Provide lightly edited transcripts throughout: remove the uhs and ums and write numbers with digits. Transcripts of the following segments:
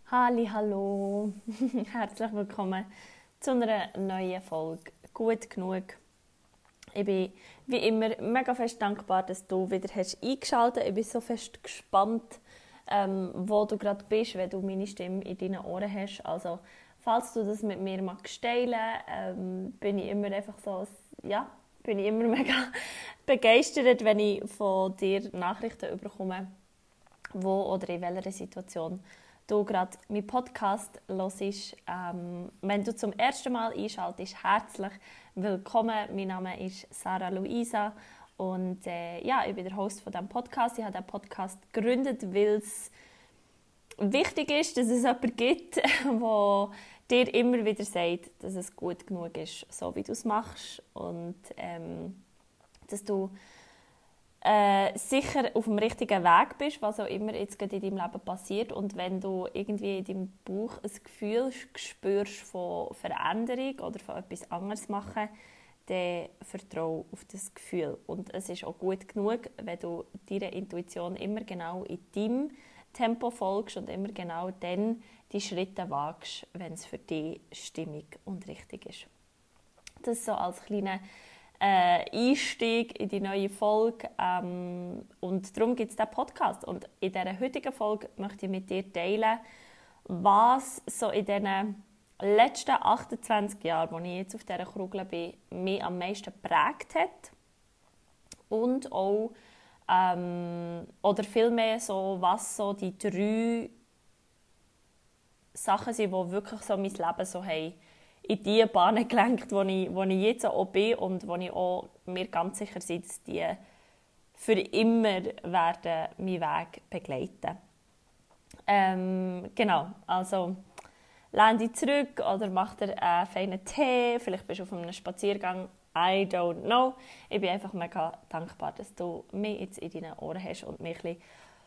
Hallo, herzlich willkommen zu einer neuen Folge «Gut genug». Ich bin wie immer mega fest dankbar, dass du wieder eingeschaltet hast. Ich bin so fest gespannt, wo du gerade bist, wenn du meine Stimme in deinen Ohren hast. Also, falls du das mit mir magst teilen, bin ich immer einfach so, ja, bin ich immer mega begeistert, wenn ich von dir Nachrichten bekomme, wo oder in welcher Situation du gerade meinen Podcast hörst. Wenn du zum ersten Mal einschaltest, herzlich willkommen. Mein Name ist Sarah Luisa und ich bin der Host von diesem Podcast. Ich habe diesen Podcast gegründet, weil es wichtig ist, dass es jemanden gibt, der dir immer wieder sagt, dass es gut genug ist, so wie du es machst und dass du sicher auf dem richtigen Weg bist, was auch immer jetzt gerade in deinem Leben passiert. Und wenn du irgendwie in deinem Bauch ein Gefühl spürst von Veränderung oder von etwas anderes machen, dann vertraue auf das Gefühl. Und es ist auch gut genug, wenn du deiner Intuition immer genau in deinem Tempo folgst und immer genau dann die Schritte wagst, wenn es für dich stimmig und richtig ist. Das so als kleiner Einstieg in die neue Folge. Und darum gibt es diesen Podcast. Und in dieser heutigen Folge möchte ich mit dir teilen, was so in diesen letzten 28 Jahren, als ich jetzt auf dieser Kugel bin, mich am meisten geprägt hat. Und auch, oder vielmehr so, was so die 3 Sachen sind, die wirklich so mein Leben so haben in die Bahnen gelenkt, wo ich jetzt auch bin und wo ich auch mir ganz sicher bin, dass die für immer werden meinen Weg begleiten. Genau, also lehn dich zurück oder mach dir einen feinen Tee, vielleicht bist du auf einem Spaziergang, I don't know. Ich bin einfach mega dankbar, dass du mich jetzt in deinen Ohren hast und mich dich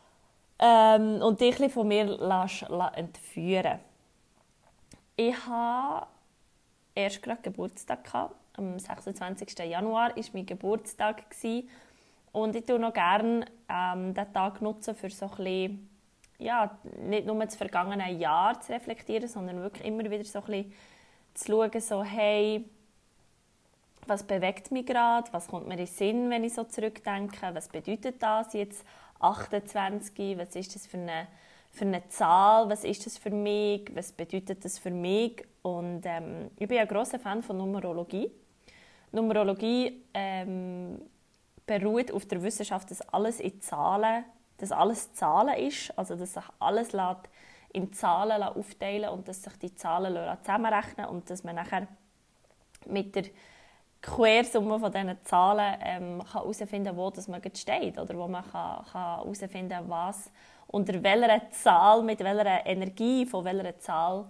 ein bisschen von mir entführen. Ich habe erst gerade Geburtstag gehabt. Am 26. Januar war mein Geburtstag. Und ich nutze noch gerne diesen Tag nutzen, für so ein bisschen, ja, nicht nur das vergangene Jahr zu reflektieren, sondern wirklich immer wieder so ein bisschen zu schauen, so, hey, was bewegt mich gerade, was kommt mir in den Sinn, wenn ich so zurückdenke, was bedeutet das jetzt 28, was ist das für eine Zahl, was ist das für mich, was bedeutet das für mich. Und ich bin ein grosser Fan von Numerologie. Numerologie beruht auf der Wissenschaft, dass alles Zahlen ist, also dass sich alles in Zahlen aufteilen und dass sich die Zahlen zusammenrechnen und dass man nachher mit der Quersumme von diesen Zahlen herausfinden kann, wo das man steht oder wo man herausfinden kann, was unter welcher Zahl, mit welcher Energie, von welcher Zahl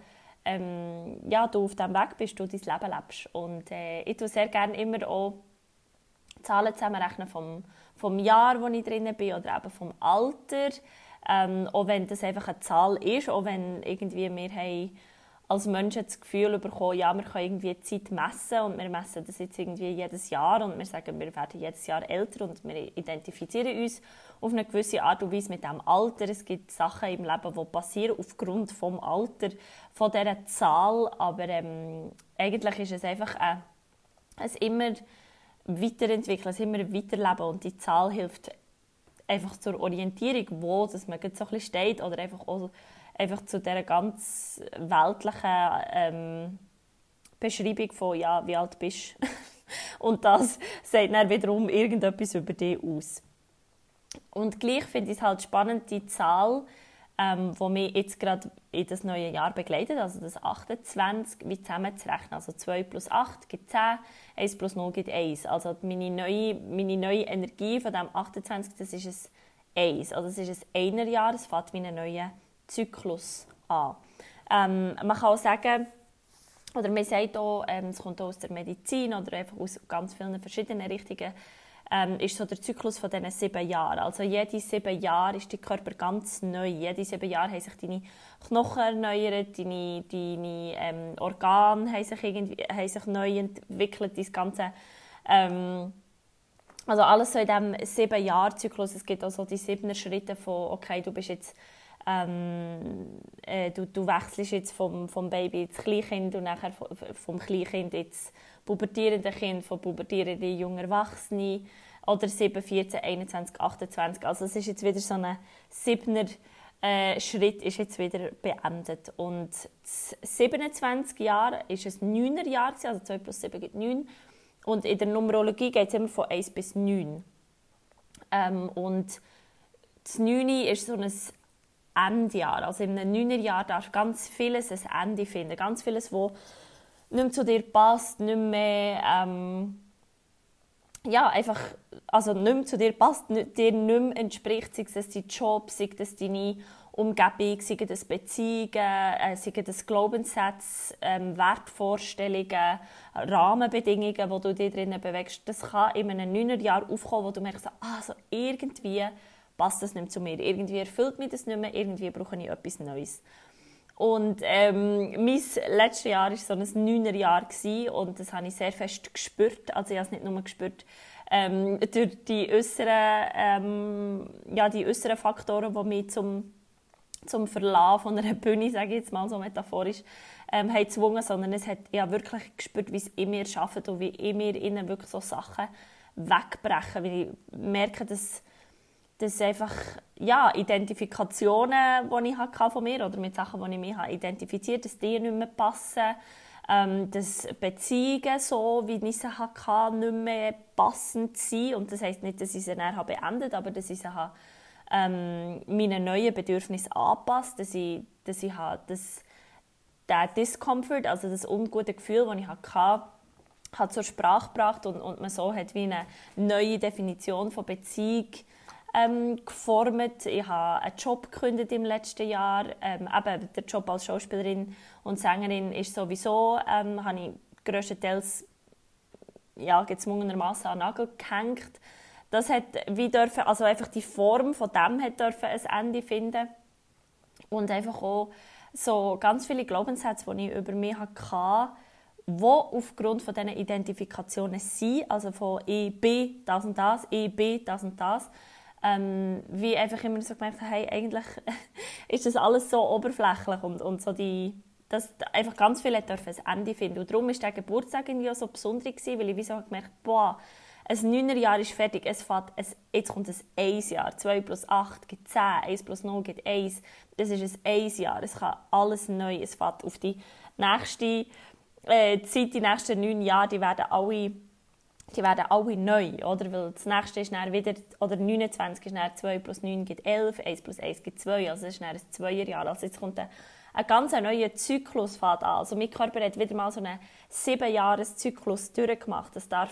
du auf dem Weg bist, du dein Leben lebst. Und ich tue sehr gerne immer auch Zahlen zusammenrechnen vom Jahr, wo ich drin bin, oder eben vom Alter. Auch wenn das einfach eine Zahl ist, auch wenn irgendwie wir haben als Menschen das Gefühl bekommen, ja, wir können irgendwie die Zeit messen und wir messen das jetzt irgendwie jedes Jahr und wir sagen, wir werden jedes Jahr älter und wir identifizieren uns auf eine gewisse Art und Weise mit diesem Alter. Es gibt Sachen im Leben, die passieren aufgrund des Alters von dieser Zahl, aber eigentlich ist es einfach ein immer weiterentwickeln, ein immer weiterleben und die Zahl hilft einfach zur Orientierung, wo dass man so ein bisschen steht oder einfach zu dieser ganz weltlichen Beschreibung von, ja, wie alt bist du. Und das sagt dann wiederum irgendetwas über dich aus. Und gleich finde ich es halt spannend, die Zahl, die mich jetzt gerade in das neue Jahr begleitet, also das 28, wie zusammenzurechnen. Also 2 plus 8 gibt 10, 1 plus 0 gibt 1. Also meine neue Energie von diesem 28, das ist ein 1. Also es ist ein Einerjahr, es fängt wie ein neuer Zyklus an. Man kann auch sagen, oder man sagt auch, es kommt auch aus der Medizin oder einfach aus ganz vielen verschiedenen Richtungen, ist so der Zyklus von diesen 7 Jahren. Also jede 7 Jahre ist dein Körper ganz neu. Jede 7 Jahre haben sich deine Knochen erneuert, deine Organe haben sich neu entwickelt, das ganze also alles so in diesem 7-Jahr-Zyklus. Es gibt also die 7 Schritte von, okay, du bist jetzt Du wechselst jetzt vom Baby ins Kleinkind und nachher vom Kleinkind ins pubertierende Kind, vom pubertierenden jungen Erwachsene oder 7, 14, 21, 28. Also es ist jetzt wieder so ein 7er Schritt ist jetzt wieder beendet. Und das 27 Jahre war ein 9er Jahr, also 2 plus 7 gibt 9. Und in der Numerologie geht es immer von 1 bis 9. Und das 9 ist so ein Endjahr. Also in einem 9er Jahr darfst du ganz vieles ein Ende finden. Ganz vieles, das nicht mehr zu dir passt, nicht mehr, einfach, also nicht mehr zu dir passt, dir nicht mehr entspricht, sei das dein Job, sei das deine Umgebung, sei das Beziehungen, sei das Glaubenssätze, Wertvorstellungen, Rahmenbedingungen, wo du dich drinnen bewegst. Das kann in einem 9er Jahr aufkommen, wo du merkst, also irgendwie passt das nicht mehr zu mir, irgendwie erfüllt mich das nicht mehr, irgendwie brauche ich etwas Neues. Und mein letztes Jahr war so ein 9er Jahr und das habe ich sehr fest gespürt. Also ich habe es nicht nur gespürt durch die äußeren Faktoren, die mich zum Verlassen von einer Bühne, sage ich jetzt mal so metaphorisch, haben gezwungen, sondern ich habe wirklich gespürt, wie es in mir arbeitet und wie in mir innen wirklich so Sachen wegbrechen. Weil ich merke, dass einfach Identifikationen, die ich von mir oder mit Sachen, die ich mich identifiziert habe, dass die nicht mehr passen, dass Beziehungen, so wie ich sie hatte, nicht mehr passend sind. Und das heisst nicht, dass ich sie dann beendet habe, aber dass ich sie meinen neuen Bedürfnissen anpasst, dass ich der Discomfort, also das ungute Gefühl, das ich hatte, zur Sprache gebracht und man so hat wie eine neue Definition von Beziehung geformt. Ich habe einen Job gekündigt im letzten Jahr. Eben der Job als Schauspielerin und Sängerin ist sowieso, habe ich grösstenteils gezwungenermassen an den Nagel gehängt. Das hat wie dürfen, also einfach die Form von dem hat dürfen ein Ende finden. Und einfach auch so ganz viele Glaubenssätze, die ich über mich hatte, die aufgrund von diesen Identifikationen sind, also von ich bin das und das, ich bin das und das, wie einfach immer so gemerkt habe, hey, eigentlich ist das alles so oberflächlich und so dass einfach ganz viele dürfen ein Ende finden. Und darum war der Geburtstag irgendwie auch so besonders, weil ich wie so gemerkt habe, ein 9er Jahr ist fertig, jetzt kommt ein 1 Jahr, 2 plus 8 gibt 10, 1 plus 0 gibt 1. Das ist ein 1 Jahr, es kann alles neu, es fährt auf die nächste Zeit, die nächsten 9 Jahre, die werden alle neu, oder? Weil das nächste ist dann wieder, oder 29 ist dann 2 plus 9 gibt 11, 1 plus 1 gibt 2, also es ist dann ein 2er Jahr. Also jetzt kommt ein ganz neuer Zyklus an. Also mein Körper hat wieder mal so einen 7-Jahres-Zyklus durchgemacht.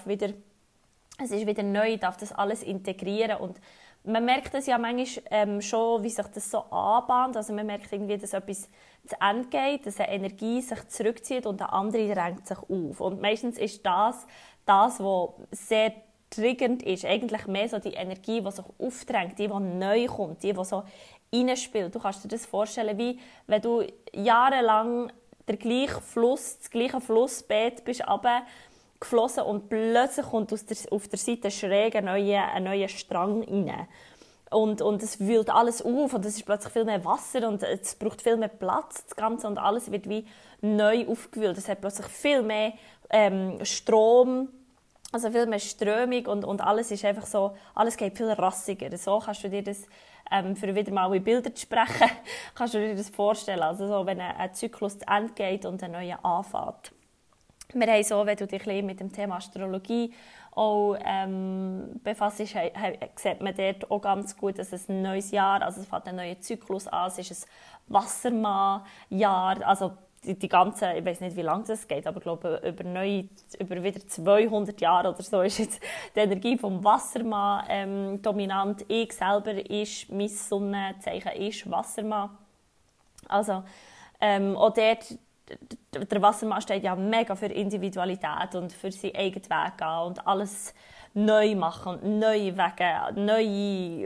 Es ist wieder neu, darf das alles integrieren und man merkt das ja manchmal schon, wie sich das so anbahnt. Also man merkt irgendwie, dass etwas zu Ende geht, dass eine Energie sich zurückzieht und eine andere drängt sich auf. Und meistens ist das, was sehr triggernd ist, eigentlich mehr so die Energie, die sich aufdrängt, die neu kommt, die so reinspielt. Du kannst dir das vorstellen, wie wenn du jahrelang das gleiche Flussbett bist geflossen und plötzlich kommt auf der Seite schräg ein neuer Strang rein. Und es wühlt alles auf und es ist plötzlich viel mehr Wasser und es braucht viel mehr Platz, das Ganze, und alles wird wie neu aufgewühlt. Es hat plötzlich viel mehr Strom, also viel mehr Strömung und alles ist einfach so, alles geht viel rassiger. So kannst du dir das, für wieder mal in Bilder zu sprechen, kannst du dir das vorstellen. Also so, wenn ein Zyklus zu Ende geht und ein neuer anfängt. Wir haben so, wenn du dich ein bisschen mit dem Thema Astrologie auch befasst, sieht man dort auch ganz gut, dass es ein neues Jahr, also es fängt ein neuer Zyklus an, es ist ein Wassermann-Jahr, also die ganze, ich weiß nicht, wie lange das geht, aber ich glaube, über wieder 200 Jahre oder so ist jetzt die Energie vom Wassermann dominant. Ich selber mein Sonnenzeichen ist Wassermann. Also auch dort, der Wassermann steht ja mega für Individualität und für seinen eigenen Weg gehen und alles neu machen und neue Wege, neue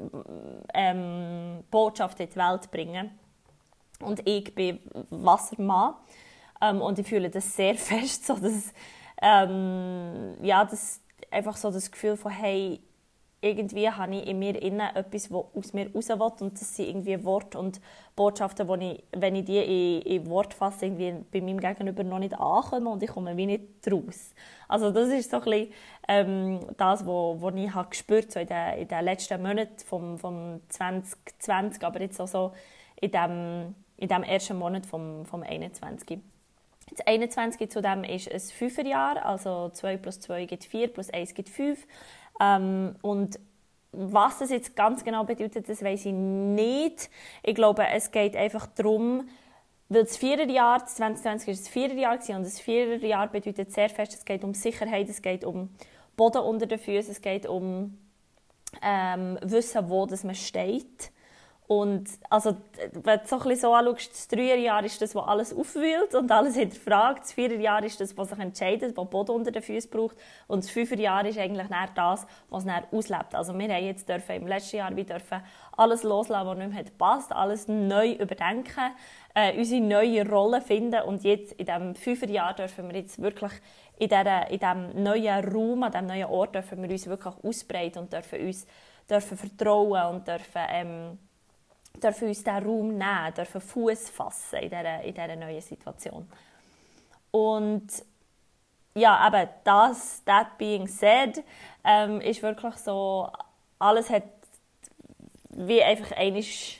Botschaften in die Welt bringen. Und ich bin Wassermann und ich fühle das sehr fest, so dass, das einfach so das Gefühl von, hey, irgendwie habe ich in mir innen etwas, das aus mir raus will, und das sind irgendwie Worte und Botschaften, die ich, wenn ich die in Wort fasse, irgendwie bei meinem Gegenüber noch nicht ankomme und ich komme wie nicht raus. Also das ist so ein bisschen das, was ich habe gespürt so in den letzten Monaten vom 2020, aber jetzt auch so in dem ersten Monat vom 21. Das 21 zudem ist ein 5er-Jahr, also 2 plus 2 gibt 4, plus 1 gibt 5. Und was das jetzt ganz genau bedeutet, das weiss ich nicht. Ich glaube, es geht einfach darum, weil das 4er-Jahr, das 2020 war das 4er-Jahr und das 4er-Jahr bedeutet sehr fest, es geht um Sicherheit, es geht um Boden unter den Füßen, es geht um Wissen, wo das man steht. Und also, wenn du so ein bisschen so anschaust, das 3er-Jahr ist das, was alles aufwühlt und alles hinterfragt. Das 4er-Jahr ist das, was sich entscheidet, was Boden unter den Füßen braucht. Und das 5er-Jahr ist eigentlich das, was es auslebt. Also wir haben jetzt im letzten Jahr alles loslassen, was nicht mehr passt, alles neu überdenken, unsere neue Rolle finden. Und jetzt in diesem 5er-Jahr dürfen wir jetzt wirklich in diesem neuen Raum, an diesem neuen Ort, dürfen wir uns wirklich ausbreiten und dürfen vertrauen und dürfen uns diesen Raum nehmen, dürfen Fuß fassen in dieser neuen Situation. Und ja, eben that being said, ist wirklich so, alles hat wie einfach einen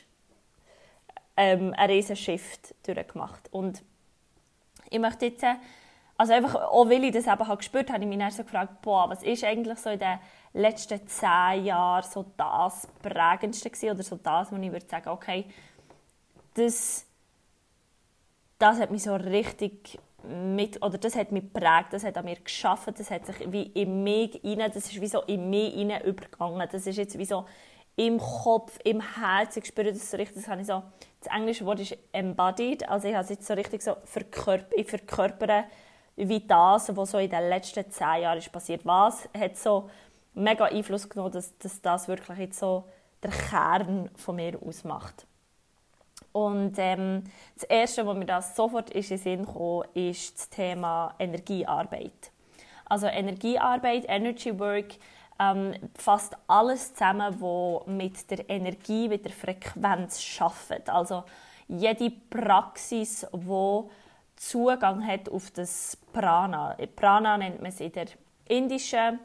riesen Shift durchgemacht. Und ich möchte jetzt, also einfach, auch weil ich das eben gespürt habe, habe ich mich dann so gefragt, was ist eigentlich so in den letzten 10 Jahren so das Prägendste gewesen, oder so das, wo ich würde sagen, okay, das hat mich so richtig das hat mich geprägt, das hat an mir geschaffen, das hat sich wie in mich rein, das ist wie so in mich rein übergegangen, das ist jetzt wie so im Kopf, im Herzen, ich spüre das so richtig, das habe ich so, das englische Wort ist embodied, also ich habe es jetzt so richtig so ich verkörpere wie das, was so in den letzten 10 Jahren ist passiert. Was hat so mega Einfluss genommen, dass das wirklich jetzt so der Kern von mir ausmacht. Und das Erste, was mir da sofort in den Sinn kam, ist das Thema Energiearbeit. Also Energiearbeit, Energy Work, fasst alles zusammen, was mit der Energie, mit der Frequenz arbeitet. Also jede Praxis, die Zugang hat auf das Prana. Prana nennt man es in der indischen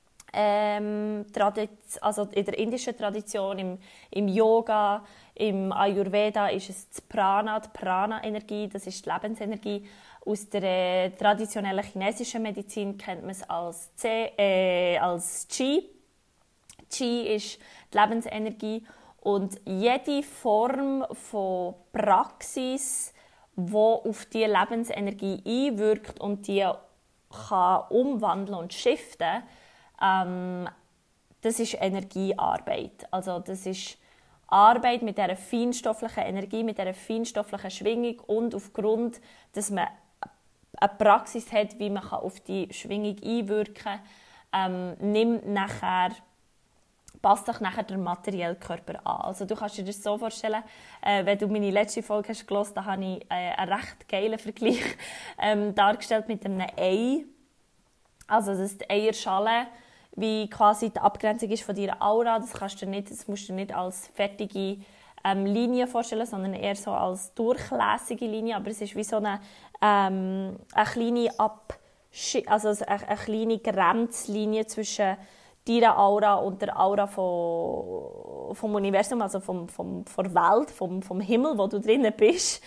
Tradition, im Yoga, im Ayurveda ist es das Prana, die Prana-Energie, das ist die Lebensenergie. Aus der traditionellen chinesischen Medizin kennt man es als Qi. Qi ist die Lebensenergie und jede Form von Praxis, die auf diese Lebensenergie einwirkt und die kann umwandeln und shiften, das ist Energiearbeit. Also das ist Arbeit mit dieser feinstofflichen Energie, mit dieser feinstofflichen Schwingung und aufgrund, dass man eine Praxis hat, wie man auf die Schwingung einwirken kann, passt sich nachher der materielle Körper an. Also du kannst dir das so vorstellen, wenn du meine letzte Folge hast gehört, da habe ich einen recht geilen Vergleich dargestellt mit einem Ei. Also dass die Eierschale wie quasi die Abgrenzung ist von deiner Aura. Das musst du dir nicht als fertige Linie vorstellen, sondern eher so als durchlässige Linie. Aber es ist wie so eine kleine eine kleine Grenzlinie zwischen deiner Aura und der Aura vom Universum, also von der Welt, vom Himmel, wo du drinnen bist.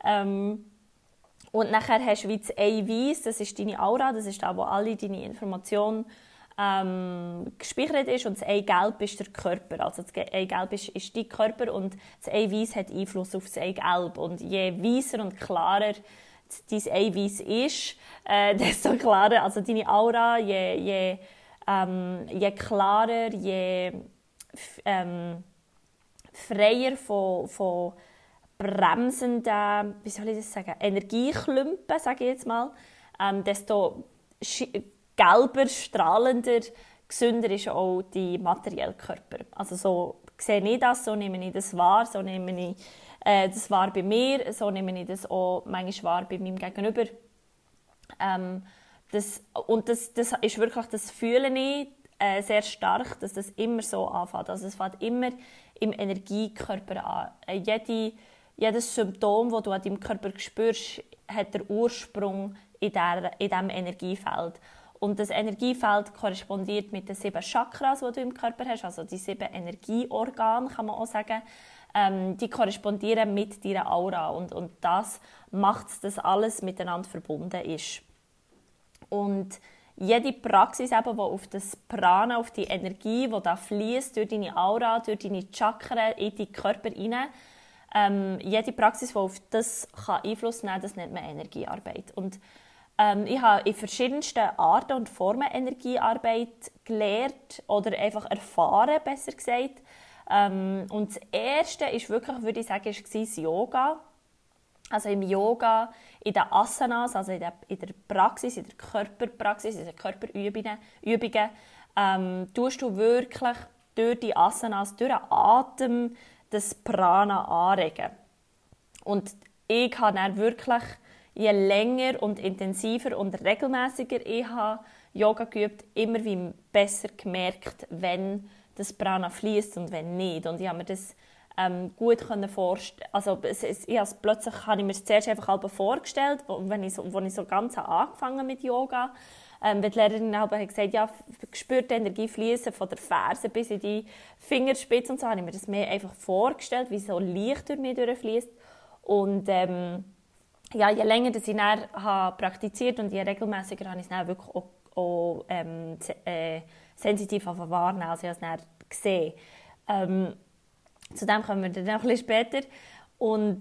Und nachher hast du wie das Eiweiß, das ist deine Aura, das ist da, wo alle deine Informationen gespeichert ist, und das Eigelb ist der Körper. Also das Eigelb ist dein Körper und das Eiweiß hat Einfluss auf das Eigelb. Und je weißer und klarer dein Eiweiß ist, desto klarer, also deine Aura, je klarer, je freier von bremsenden, wie soll ich das sagen, Energieklumpen, sage ich jetzt mal, desto gelber, strahlender, gesünder ist auch die materielle Körper. Also so sehe ich das, so nehme ich das wahr, so nehme ich das wahr bei mir, so nehme ich das auch manchmal wahr bei meinem Gegenüber. Das ist wirklich, das fühle ich sehr stark, dass das immer so anfängt. Also es fängt immer im Energiekörper an. Jedes Symptom, das du an deinem Körper spürst, hat den Ursprung in diesem Energiefeld. Und das Energiefeld korrespondiert mit den 7 Chakras, die du im Körper hast, also die 7 Energieorgane, kann man auch sagen. Die korrespondieren mit deiner Aura. Und das macht es, dass alles miteinander verbunden ist. Und jede Praxis, eben, die auf das Prana, auf die Energie, die da fließt durch deine Aura, durch deine Chakren, in deinen Körper hinein, jede Praxis, die auf das Einfluss nehmen kann, das nennt man Energiearbeit. Und ich habe in verschiedensten Arten und Formen Energiearbeit gelernt oder einfach erfahren, besser gesagt. Und das Erste ist wirklich, würde ich sagen, war das Yoga. Also im Yoga, in den Asanas, also in der Praxis, in der Körperpraxis, in den Körperübungen, tust du wirklich durch die Asanas, durch den Atem, das Prana anregen. Und ich habe dann wirklich, je länger und intensiver und regelmäßiger ich habe Yoga geübt, immer wie besser gemerkt, wenn das Prana fließt und wenn nicht. Und ich habe mir das gut vorstellen. Also plötzlich habe ich mir das zuerst einfach vorgestellt, als ich so ganz angefangen mit Yoga. Die Lehrerin hat gesagt, ja, spürt die Energie fließen von der Ferse bis in die Fingerspitze und so. Habe ich mir das mehr einfach vorgestellt, wie so leicht durch mich durchfließt. Und ja, je länger ich dann praktiziert und je regelmäßiger habe ich es dann wirklich auch sensitiv wahrnehmen. Also ich habe es dann gesehen. Zu dem kommen wir dann noch ein bisschen später. Und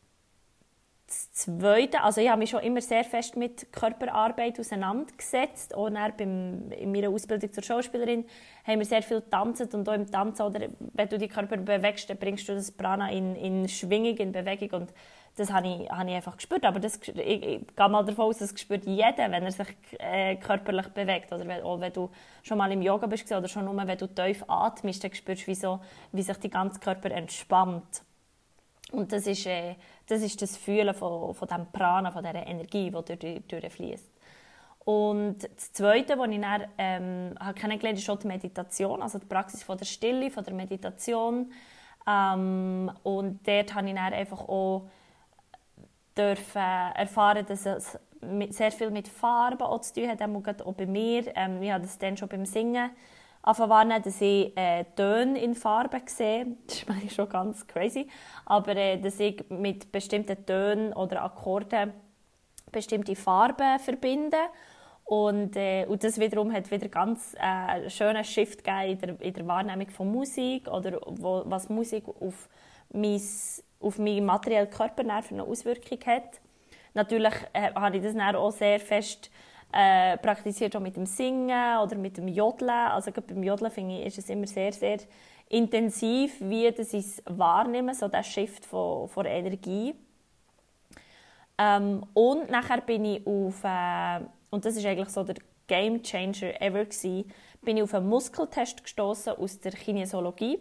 das Zweite, also ich habe mich schon immer sehr fest mit Körperarbeit auseinandergesetzt. Auch in meiner Ausbildung zur Schauspielerin haben wir sehr viel getanzt. Und auch im Tanzen, oder wenn du die Körper bewegst, dann bringst du das Prana in Schwingung, in Bewegung. Und das habe ich einfach gespürt. Aber ich gehe mal davon aus, das spürt jeder, wenn er sich körperlich bewegt. Oder auch wenn du schon mal im Yoga bist oder schon nur, wenn du tief atmest, dann spürst du, wie sich der ganze Körper entspannt. Und das ist das Fühlen von diesem Prana, von dieser Energie, die durchfließt. Und das Zweite, was ich dann kennengelernt habe, ist schon die Meditation, also die Praxis von der Stille, von der Meditation. Und dort habe ich dann einfach auch erfahren, dass es sehr viel mit Farben auch zu tun hat, auch bei mir. Ich habe das dann schon beim Singen wahrnehmen, dass ich Töne in Farben sehe. Das ist manchmal schon ganz crazy. Aber dass ich mit bestimmten Tönen oder Akkorden bestimmte Farben verbinde. Und das wiederum hat wieder ganz schönen Shift gegeben in der Wahrnehmung von Musik oder was Musik auf meinen materiellen Körper für eine Auswirkung hat. Natürlich habe ich das dann auch sehr fest praktiziert, auch mit dem Singen oder mit dem Jodeln. Also gerade beim Jodeln finde ich, ist es immer sehr, sehr intensiv, wie das ich es wahrnehme, so der Shift von Energie. Und nachher bin ich auf, und das ist eigentlich so der Game Changer ever gewesen, bin ich auf einen Muskeltest gestoßen aus der Kinesiologie.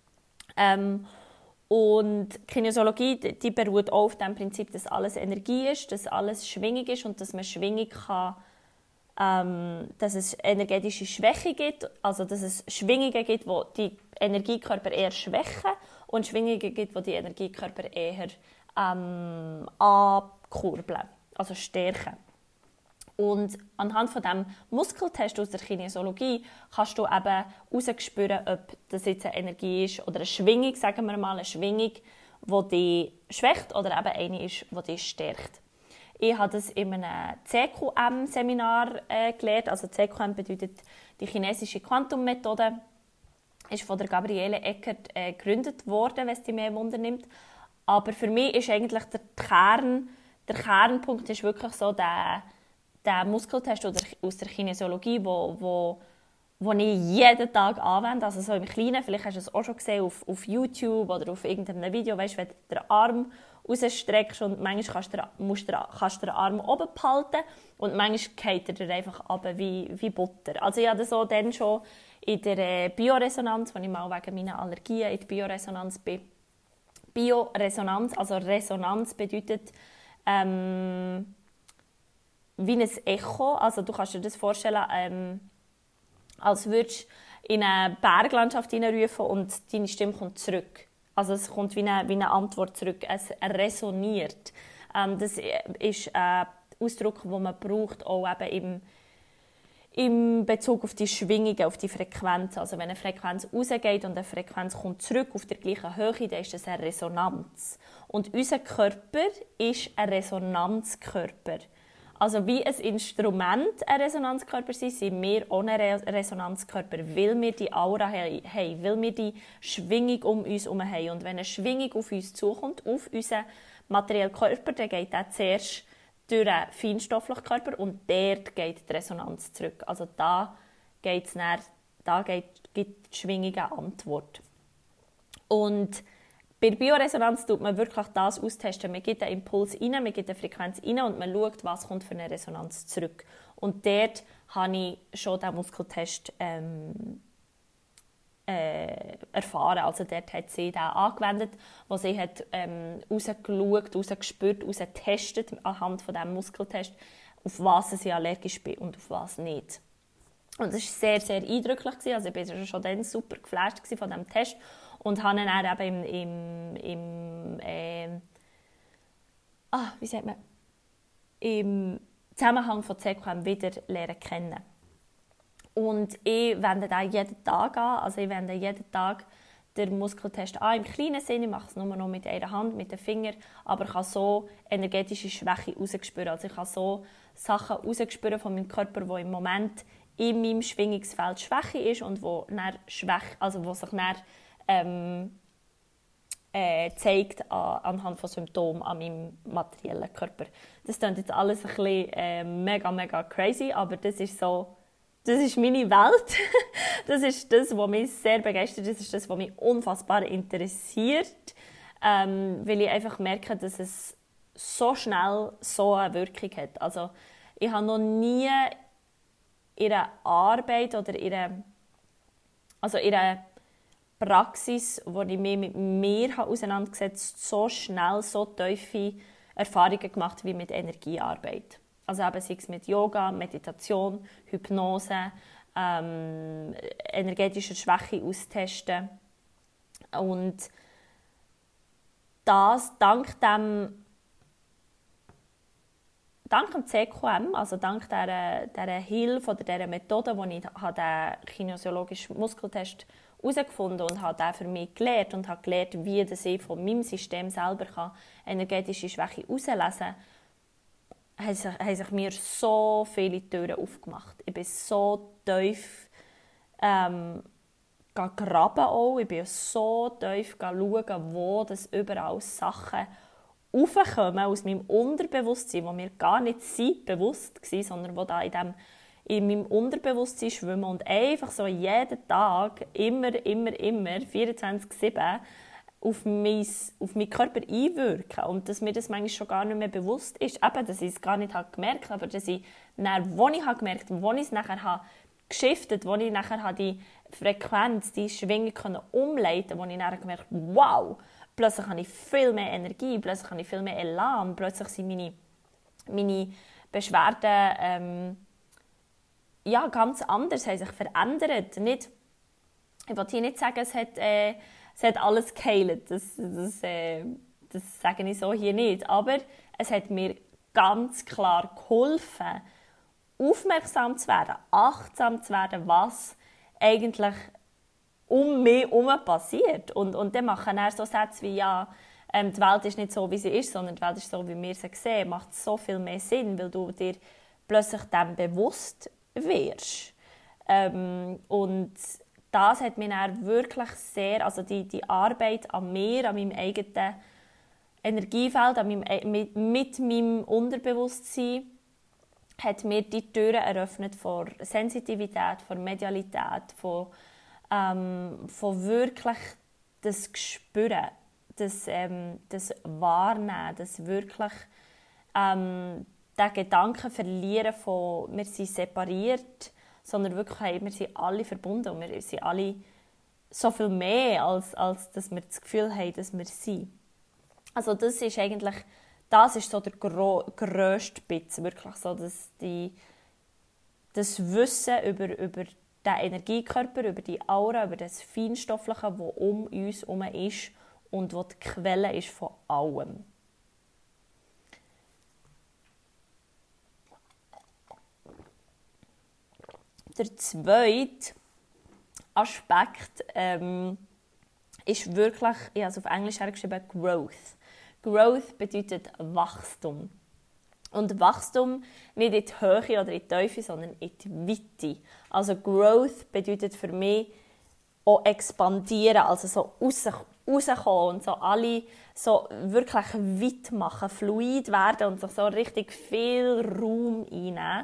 Und Kinesiologie, die beruht auch auf dem Prinzip, dass alles Energie ist, dass alles Schwingung ist und dass man Schwingung kann, dass es energetische Schwäche gibt, also dass es Schwingungen gibt, die die Energiekörper eher schwächen und Schwingungen gibt, die die Energiekörper eher ankurbeln, also stärken. Und anhand von diesem Muskeltest aus der Kinesiologie kannst du eben herausspüren, ob das jetzt eine Energie ist oder eine Schwingung, sagen wir mal, eine Schwingung, die dich schwächt oder eben eine ist, die dich stärkt. Ich habe das in einem CQM-Seminar gelernt. Also CQM bedeutet die chinesische Quantummethode. Ist von der Gabriele Eckert gegründet worden, wenn es dich mehr Wunder nimmt. Aber für mich ist eigentlich der Kernpunkt ist wirklich so der Muskeltest aus der Kinesiologie, wo ich jeden Tag anwende. Also so im Kleinen, vielleicht hast du es auch schon gesehen auf YouTube oder auf irgendeinem Video, weißt, wenn du den Arm rausstreckst und manchmal kannst du den Arm oben behalten und manchmal geht er dir einfach runter wie Butter. Also ich hatte das auch dann schon in der Bioresonanz, als ich mal wegen meiner Allergien in der Bioresonanz bin. Bioresonanz, also Resonanz bedeutet wie ein Echo. Also du kannst dir das vorstellen, als würdest du in eine Berglandschaft hineinrufen und deine Stimme kommt zurück. Also es kommt wie eine Antwort zurück, es resoniert. Das ist ein Ausdruck, den man braucht, auch eben im Bezug auf die Schwingungen, auf die Frequenz. Also wenn eine Frequenz rausgeht und eine Frequenz kommt zurück auf der gleichen Höhe, dann ist das eine Resonanz. Und unser Körper ist ein Resonanzkörper. Also wie ein Instrument ein Resonanzkörper sind wir auch ein Resonanzkörper, weil wir die Aura haben, weil wir die Schwingung um uns herum haben. Und wenn eine Schwingung auf uns zukommt, auf unseren materiellen Körper, dann geht der zuerst durch den feinstofflichen Körper und dort geht die Resonanz zurück. Also da gibt die Schwingung eine Antwort. Und bei der Bioresonanz tut man wirklich das austesten. Man gibt einen Impuls rein, man gibt eine Frequenz rein und man schaut, was kommt für eine Resonanz zurück. Und dort habe ich schon diesen Muskeltest erfahren. Also dort hat sie den angewendet, wo sie hat rausgeschaut, rausgespürt, rausgetestet anhand von diesem Muskeltest, auf was sie allergisch bin und auf was nicht. Und das war sehr, sehr eindrücklich. Also ich war schon dann super geflasht von diesem Test und habe ihn dann eben im Zusammenhang von CQM wieder lernen kennen. Und ich wende den jeden Tag an. Also ich wende jeden Tag den Muskeltest an. Im kleinen Sinne, ich mache es nur noch mit einer Hand, mit den Fingern, aber ich kann so energetische Schwäche rausspüren. Also ich kann so Sachen rausspüren von meinem Körper, die im Moment in meinem Schwingungsfeld Schwäche ist und wo sich dann zeigt anhand von Symptomen an meinem materiellen Körper. Das klingt jetzt alles ein bisschen mega, mega crazy, aber das ist meine Welt. Das ist das, was mich sehr begeistert. Das ist das, was mich unfassbar interessiert. Weil ich einfach merke, dass es so schnell so eine Wirkung hat. Also, ich habe noch nie in einer Arbeit oder in einer Praxis, wo ich mich mit mir auseinandergesetzt habe, so schnell, so tiefe Erfahrungen gemacht wie mit Energiearbeit. Also eben, sei es mit Yoga, Meditation, Hypnose, energetische Schwäche austesten. Und das dank dem CQM, also dank dieser Hilfe oder dieser Methode, die ich den kinesiologischen Muskeltest herausgefunden und habe den für mich gelernt und habe gelernt, wie ich von meinem System selber energetische Schwäche herauslesen kann, haben sich mir so viele Türen aufgemacht. Ich bin so tief graben auch. Ich bin so tief schauen, wo das überall Sachen raufkommen aus meinem Unterbewusstsein, die mir gar nicht bewusst waren, sondern die da in meinem Unterbewusstsein schwimmen und einfach so jeden Tag, immer, 24/7 auf meinen Körper einwirken. Und dass mir das manchmal schon gar nicht mehr bewusst ist. Eben, dass ich es gar nicht gemerkt habe, aber dass ich dann, wo ich gemerkt habe, wo ich es nachher geschiftet, wo ich nachher die Frequenz, die Schwingung umleiten konnte, wo ich dann gemerkt habe, wow, plötzlich habe ich viel mehr Energie, plötzlich habe ich viel mehr Elan, plötzlich sind meine Beschwerden ganz anders, haben sich verändert. Ich will hier nicht sagen, es hat alles geheilt, das sage ich so hier nicht, aber es hat mir ganz klar geholfen, aufmerksam zu werden, achtsam zu werden, was eigentlich um mich herum passiert. Und dann machen dann so Sätze wie, die Welt ist nicht so, wie sie ist, sondern die Welt ist so, wie wir sie sehen. Macht so viel mehr Sinn, weil du dir plötzlich dem bewusst wirst. Und das hat mich dann wirklich sehr, also die Arbeit an mir, an meinem eigenen Energiefeld, mit meinem Unterbewusstsein, hat mir die Türen eröffnet vor Sensitivität, vor Medialität, von wirklich das Spüren, das Wahrnehmen, das wirklich den Gedanken verlieren von wir sind separiert, sondern wirklich wir sind alle verbunden und wir sind alle so viel mehr, als dass wir das Gefühl haben, dass wir sind. Also das ist so der grösste Bitz, wirklich so, dass das Wissen über den Energiekörper, über die Aura, über das Feinstoffliche, das um uns herum ist und was die Quelle ist von allem. Der zweite Aspekt ist wirklich, ich habe es auf Englisch hergeschrieben, Growth. Growth bedeutet Wachstum. Und Wachstum nicht in die Höhe oder in die Tiefe, sondern in die Weite. Also Growth bedeutet für mich auch expandieren, also so rauskommen und so alle so wirklich weit machen, fluid werden und sich so richtig viel Raum einnehmen.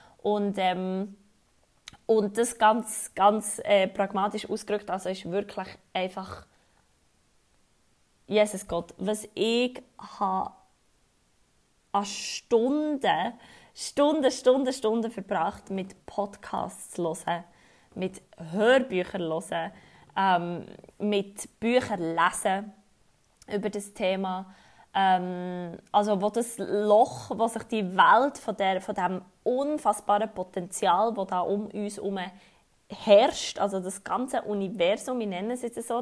Und das ganz pragmatisch ausgedrückt, also ist wirklich einfach, Jesus Gott, was ich habe an Stunden verbracht mit Podcasts zu hören, mit Hörbüchern hören, mit Büchern lesen über das Thema. Also wo das Loch, wo sich die Welt von dem unfassbaren Potenzial, das da um uns herum herrscht, also das ganze Universum, ich nenne es jetzt so,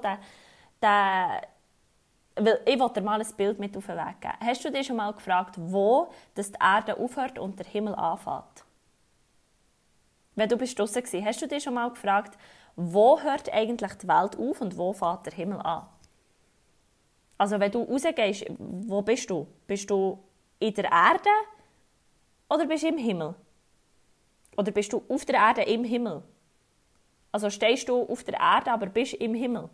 weil ich wollte dir mal ein Bild mit auf den Weg geben. Hast du dir schon mal gefragt, wo die Erde aufhört und der Himmel anfängt? Wenn du draussen warst, hast du dir schon mal gefragt, wo hört eigentlich die Welt auf und wo fängt der Himmel an? Also wenn du rausgehst, wo bist du? Bist du in der Erde oder bist du im Himmel? Oder bist du auf der Erde im Himmel? Also stehst du auf der Erde, aber bist im Himmel?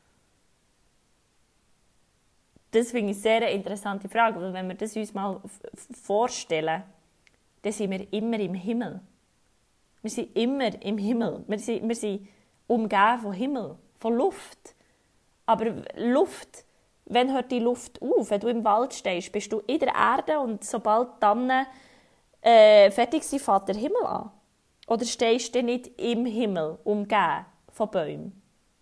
Das finde ich eine sehr interessante Frage, weil wenn wir das uns mal vorstellen, dann sind wir immer im Himmel. Wir sind immer im Himmel. Wir sind umgeben von Himmel, von Luft. Aber Luft, wann hört die Luft auf? Wenn du im Wald stehst, bist du in der Erde und sobald dann fertig sind, fängt der Himmel an. Oder stehst du nicht im Himmel, umgeben von Bäumen?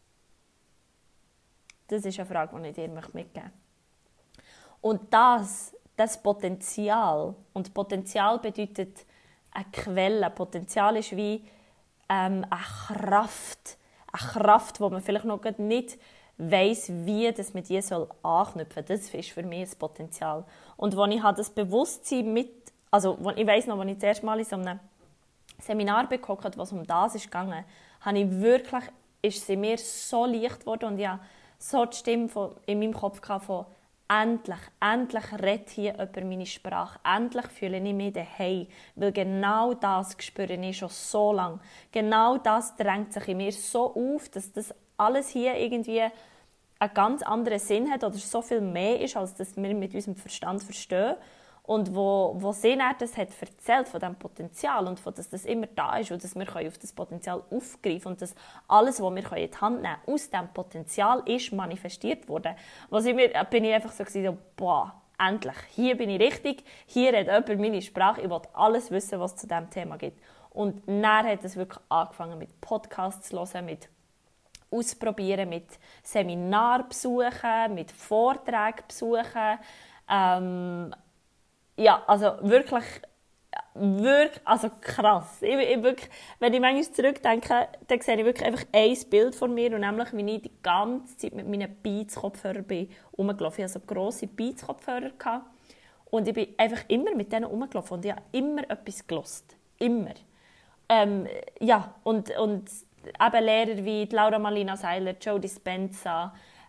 Das ist eine Frage, die ich dir mitgeben möchte. Und das Potenzial, und Potenzial bedeutet eine Quelle. Potenzial ist wie eine Kraft, die man vielleicht noch nicht weiss, wie das mit ihr anknüpfen soll. Das ist für mich ein Potenzial. Und als ich das Bewusstsein ich weiss noch, als ich das erste Mal in so einem Seminar bekommen habe, was um das ging, ist sie mir so leicht geworden und ich hatte so die Stimme in meinem Kopf von endlich redet hier jemand meine Sprache. Endlich fühle ich mich daheim. Weil genau das spüre ich schon so lange. Genau das drängt sich in mir so auf, dass das alles hier irgendwie einen ganz anderen Sinn hat oder so viel mehr ist, als dass wir mit unserem Verstand verstehen. Und wo sie das hat erzählt von diesem Potenzial und von, dass das immer da ist und dass wir auf das Potenzial aufgreifen können und dass alles, was wir in die Hand nehmen können, aus diesem Potenzial ist manifestiert worden. Bin ich einfach so, boah, endlich, hier bin ich richtig, hier redet jemand meine Sprache, ich will alles wissen, was es zu diesem Thema gibt. Und dann hat es wirklich angefangen mit Podcasts zu hören, mit Ausprobieren, mit Seminaren besuchen, mit Vorträgen besuchen, ja, also wirklich also krass. Wirklich, wenn ich manchmal zurückdenke, dann sehe ich wirklich einfach ein Bild von mir, und nämlich, wie ich die ganze Zeit mit meinen Beats-Kopfhörern rumgelaufen. Ich hatte so grosse Beats-Kopfhörer und ich bin einfach immer mit denen rumgelaufen und ich habe immer etwas gehört. Immer. Ja, und eben Lehrer wie Laura Marlina Seiler, Joe Dispenza,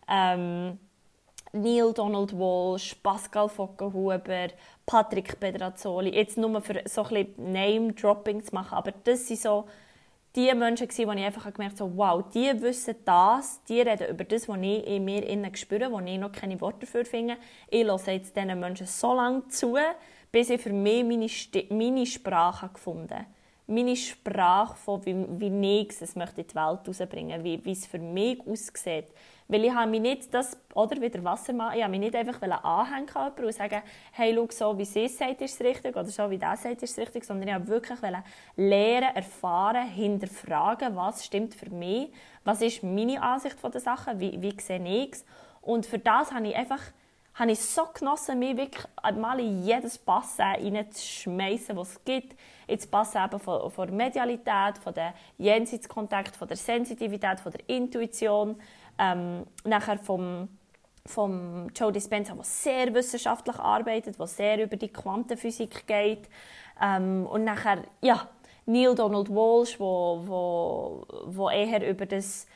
Neil Donald Walsh, Pascal Fockenhuber, Patrick Pedrazzoli, jetzt nur für so ein bisschen Name-Dropping zu machen, aber das sind so die Menschen, die ich einfach gemerkt habe, wow, die wissen das, die reden über das, was ich in mir innen spüre, wo ich noch keine Worte dafür finde. Ich höre jetzt diesen Menschen so lange zu, bis ich für mich meine Sprache gefunden habe. Meine Sprache von, wie ich es möchte in die Welt herausbringen möchte, wie es für mich aussieht. Weil ich habe mich nicht, oder wie der Wassermann, ich habe mich nicht einfach anhängen und sagen, hey, schau, so wie sie es sagt, ist es richtig, oder so wie der sagt, ist es richtig, sondern ich wollte wirklich lernen, erfahren, hinterfragen, was stimmt für mich, was ist meine Ansicht von den Sachen, wie sehe ich es. Und für das habe habe ich so genossen, mich wirklich mal in jedes Bassin reinzuschmeissen, was es gibt. Ins Bassin eben von der Medialität, von der Jenseitskontakt, von der Sensitivität, von der Intuition, nachher vom Joe Dispenza, der sehr wissenschaftlich arbeitet, der sehr über die Quantenphysik geht. Und nachher, ja, Neil Donald Walsh, wo eher über das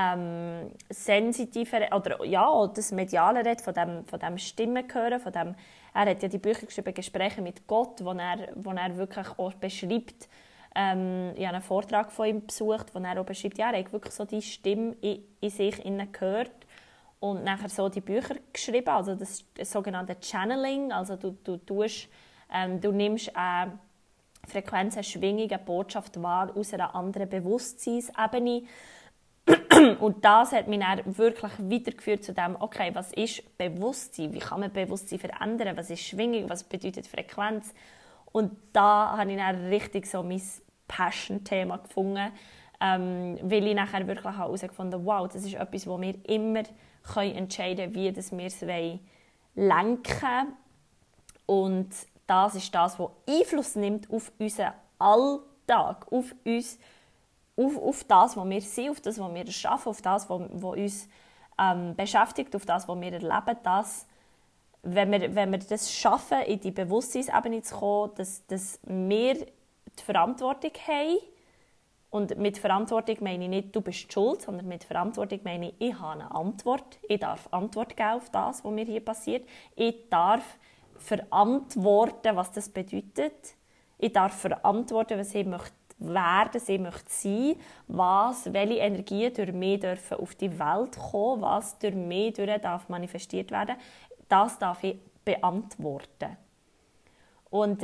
sensitive oder ja, das Mediale redet, von dem Stimmen hören, er hat ja die Bücher geschrieben, Gespräche mit Gott, wo er wirklich auch beschreibt, ich habe einen Vortrag von ihm besucht, wo er auch beschreibt, ja, er hat wirklich so die Stimme in sich gehört und nachher so die Bücher geschrieben, also das sogenannte Channeling, also du nimmst eine Frequenz, eine Schwingung, eine Botschaft wahr aus einer anderen Bewusstseinsebene. Und das hat mich dann wirklich weitergeführt zu dem, okay, was ist Bewusstsein? Wie kann man Bewusstsein verändern? Was ist Schwingung? Was bedeutet Frequenz? Und da habe ich dann richtig so mein Passion-Thema gefunden, weil ich nachher wirklich herausgefunden habe, wow, das ist etwas, wo wir immer entscheiden können, wie wir es lenken wollen. Und das ist das, was Einfluss nimmt auf unseren Alltag, auf uns, auf das, was wir sind, auf das, was wir erschaffen, auf das, was uns beschäftigt, auf das, was wir erleben, dass, wenn wir das schaffen, in die Bewusstseinsebene zu kommen, dass wir die Verantwortung haben. Und mit Verantwortung meine ich nicht, du bist schuld, sondern mit Verantwortung meine ich habe eine Antwort. Ich darf Antwort geben auf das, was mir hier passiert. Ich darf verantworten, was das bedeutet. Ich darf verantworten, was ich möchte werden, was ich möchte sein, welche Energien durch mich dürfen auf die Welt kommen, was durch mich darf manifestiert werden. Das darf ich beantworten. Und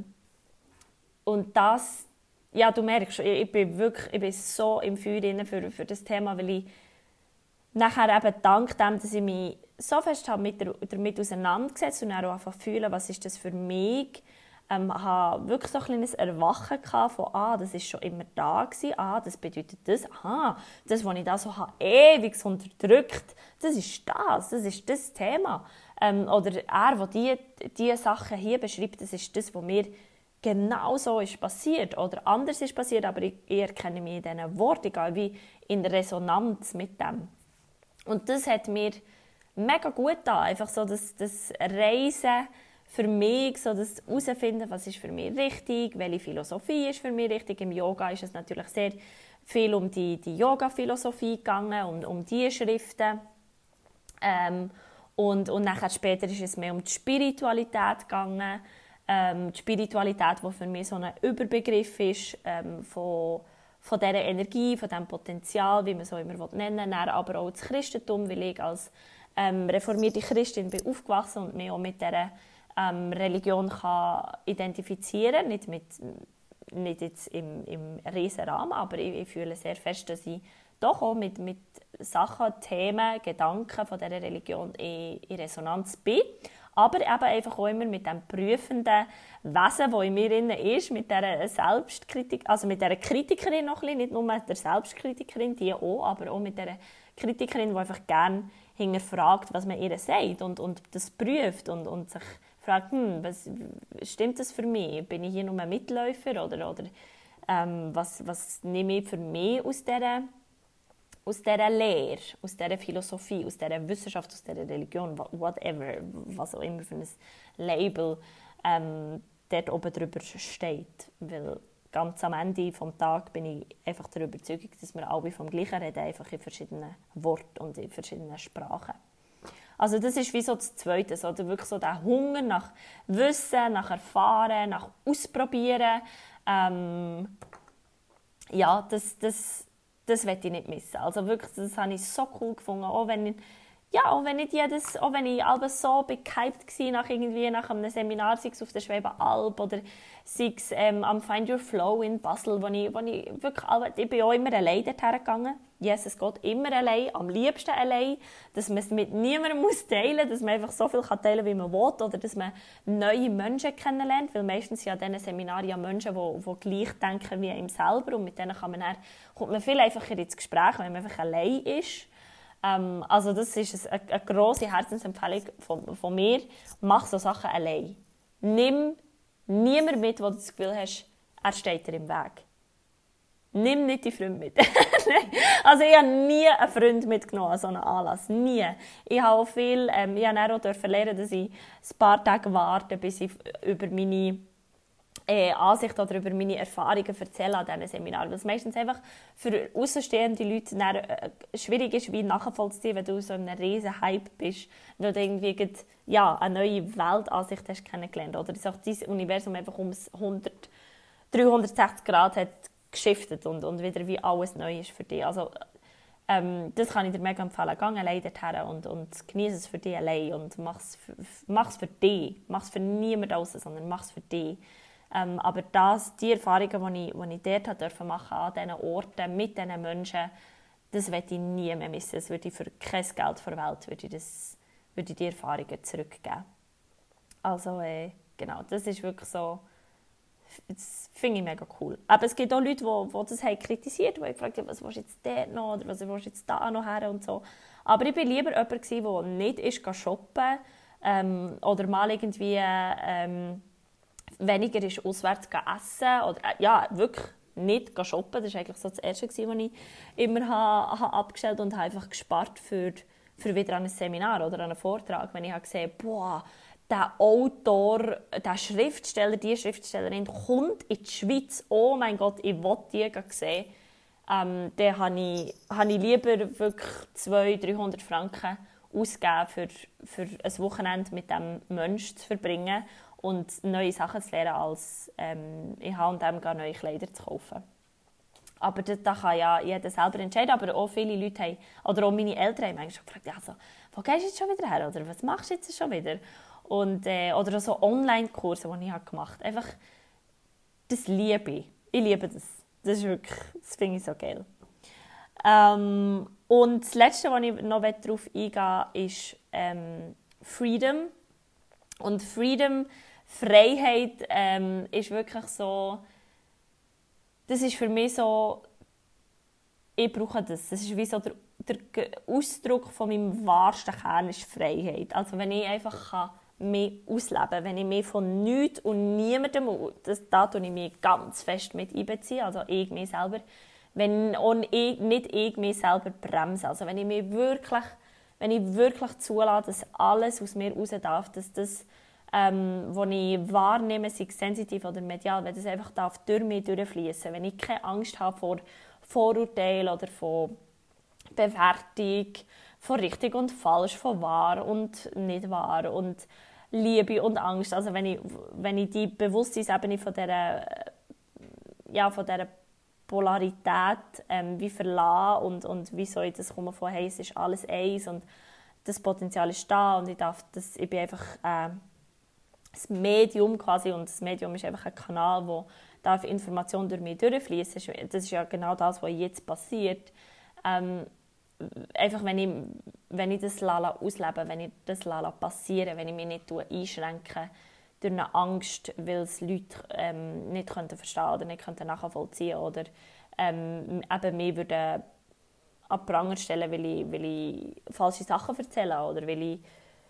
das, ja, du merkst, ich bin so im Feuer für das Thema, weil ich nachher eben dank dem, dass ich mich so fest habe damit auseinandergesetzt und dann auch fühlen, was ist das für mich, hatte wirklich so ein kleines Erwachen von, das ist schon immer da gewesen, das bedeutet das, das, was ich da so ewig unterdrückt, das ist das Thema. Oder er, der diese Sachen hier beschreibt, das ist das, was mir genau so ist passiert oder anders ist passiert, aber ich erkenne mich in diesen Worten, egal wie in Resonanz mit dem. Und das hat mir mega gut getan, einfach so das Reisen für mich, so das herausfinden, was ist für mich richtig, welche Philosophie ist für mich richtig. Im Yoga ist es natürlich sehr viel um die Yoga-Philosophie gegangen und um die Schriften. Und nachher später ist es mehr um die Spiritualität gegangen. Die Spiritualität, die für mich so ein Überbegriff ist von dieser Energie, von diesem Potenzial, wie man es auch immer nennen will. Dann aber auch das Christentum, weil ich als reformierte Christin bin aufgewachsen und mich auch mit dieser Religion kann identifizieren, nicht jetzt im riesen Rahmen, aber ich fühle sehr fest, dass ich doch auch mit Sachen, Themen, Gedanken von dieser Religion in Resonanz bin. Aber eben einfach auch immer mit dem prüfenden Wesen, das in mir drin ist, mit dieser Selbstkritik, also mit dieser Kritikerin noch ein bisschen, nicht nur mit der Selbstkritikerin, die auch, aber auch mit dieser Kritikerin, die einfach gerne hinterfragt, was man ihr sagt und das prüft und sich fragt, was stimmt das für mich? Bin ich hier nur ein Mitläufer oder was nehme ich für mich aus dieser Lehre, aus dieser Philosophie, aus dieser Wissenschaft, aus dieser Religion, whatever, was auch immer für ein Label dort oben drüber steht. Weil ganz am Ende des Tages bin ich einfach der Überzeugung, dass wir alle vom Gleichen reden, einfach in verschiedenen Worten und in verschiedenen Sprachen. Also das ist wie so das Zweite, so, wirklich so der Hunger nach Wissen, nach Erfahren, nach Ausprobieren. Ja, das möchte ich nicht missen. Also wirklich, das habe ich so cool gefunden, auch wenn ich alles so gehypt war nach einem Seminar, sei es auf der Schwebenalb oder sei es am Find Your Flow in Basel, wo ich wirklich, ich bin auch immer allein dorthin gegangen. Yes, es geht immer allein, am liebsten allein, dass man es mit niemandem teilen muss, dass man einfach so viel teilen kann, wie man will, oder dass man neue Menschen kennenlernt, weil meistens ja an diesen Seminaren ja Menschen, die gleich denken wie einem selber und mit denen kommt man viel einfacher ins Gespräch, wenn man einfach allein ist. Also das ist eine grosse Herzensempfehlung von mir. Mach so Sachen allein. Nimm niemanden mit, wo du das Gefühl hast, er steht dir im Weg. Nimm nicht die Freunde mit. Also ich habe nie einen Freund mitgenommen an so einen Anlass. Nie. Ich habe auch viel, ich habe auch lernen, dass ich ein paar Tage warte, bis ich über meine Ansicht oder über meine Erfahrungen erzähle an diesen Seminaren. Weil es meistens einfach für außenstehende Leute schwierig ist, wie nachvollziehen, wenn du so in einem riesen Hype bist, weil du irgendwie eine neue Weltansicht hast kennengelernt. Oder dass auch dein Universum einfach um 360 Grad hat geschiftet und wieder wie alles neu ist für dich. Also, das kann ich dir mega empfehlen. Geh allein dorthin und genieße es für dich allein und mach es für dich. Mach es für niemanden draussen, sondern mach es für dich. Aber die Erfahrungen, die ich dort machen durfte, an diesen Orten, mit diesen Menschen, das möchte ich nie mehr missen. Das würde ich für kein Geld der Welt würde ich die Erfahrungen zurückgeben. Also, genau, das ist wirklich so. Das finde ich mega cool. Aber es gibt auch Leute, die das haben kritisiert haben, die gefragt haben, was willst du jetzt dort noch oder was willst du jetzt da noch her und so. Aber ich war lieber jemand, der nicht ist shoppen oder mal irgendwie weniger ist auswärts essen oder wirklich nicht shoppen. Das war eigentlich so das Erste, was ich immer habe abgestellt und habe einfach gespart für wieder an ein Seminar oder an einen Vortrag, wenn ich habe gesehen habe, der Autor, der Schriftsteller, die Schriftstellerin kommt in die Schweiz. Oh mein Gott, ich will die sehen. Dann habe ich lieber wirklich 200-300 Franken ausgegeben, für ein Wochenende mit diesem Menschen zu verbringen und neue Sachen zu lernen, als in H&M neue Kleider zu kaufen. Aber da kann ja jeder selber entscheiden. Aber auch viele Leute haben, oder auch meine Eltern haben mich gefragt, also, wo gehst du jetzt schon wieder her? Oder was machst du jetzt schon wieder? Und, oder auch so Online-Kurse, die ich gemacht habe. Einfach, das liebe ich. Ich liebe das. Das ist wirklich, das finde ich so geil. Und das Letzte, wo ich noch darauf eingehe, ist Freedom. Und Freedom, Freiheit, ist wirklich so, das ist für mich so, ich brauche das. Das ist wie so der Ausdruck von meinem wahrsten Kern ist Freiheit. Also wenn ich einfach mich ausleben kann, wenn ich mich von nichts und niemandem, da tue ich mich ganz fest mit einbeziehen, also ich mich selber, wenn nicht ich mich selber bremse. Also wenn ich wirklich zulasse, dass alles aus mir raus darf, dass das, was ich wahrnehme, sei es sensitiv oder medial, wenn das einfach durch mich durchfließen, wenn ich keine Angst habe vor Vorurteilen oder von Bewertung, von richtig und falsch, von wahr und nicht wahr und Liebe und Angst. Also wenn ich die Bewusstseinsebene von dieser Polarität wie verlasse und wie soll ich das kommen von hey, es ist alles eins und das Potenzial ist da und ich bin einfach das Medium quasi und das Medium ist einfach ein Kanal, wo Informationen durch mich durchfließen. Das ist ja genau das, was jetzt passiert. Einfach wenn ich das auslebe, wenn ich das passieren, wenn ich mich nicht einschränke durch eine Angst, weil es Leute nicht verstehen oder nicht nachvollziehen oder eben mich würden an den Pranger stellen, weil ich falsche Sachen erzähle oder weil ich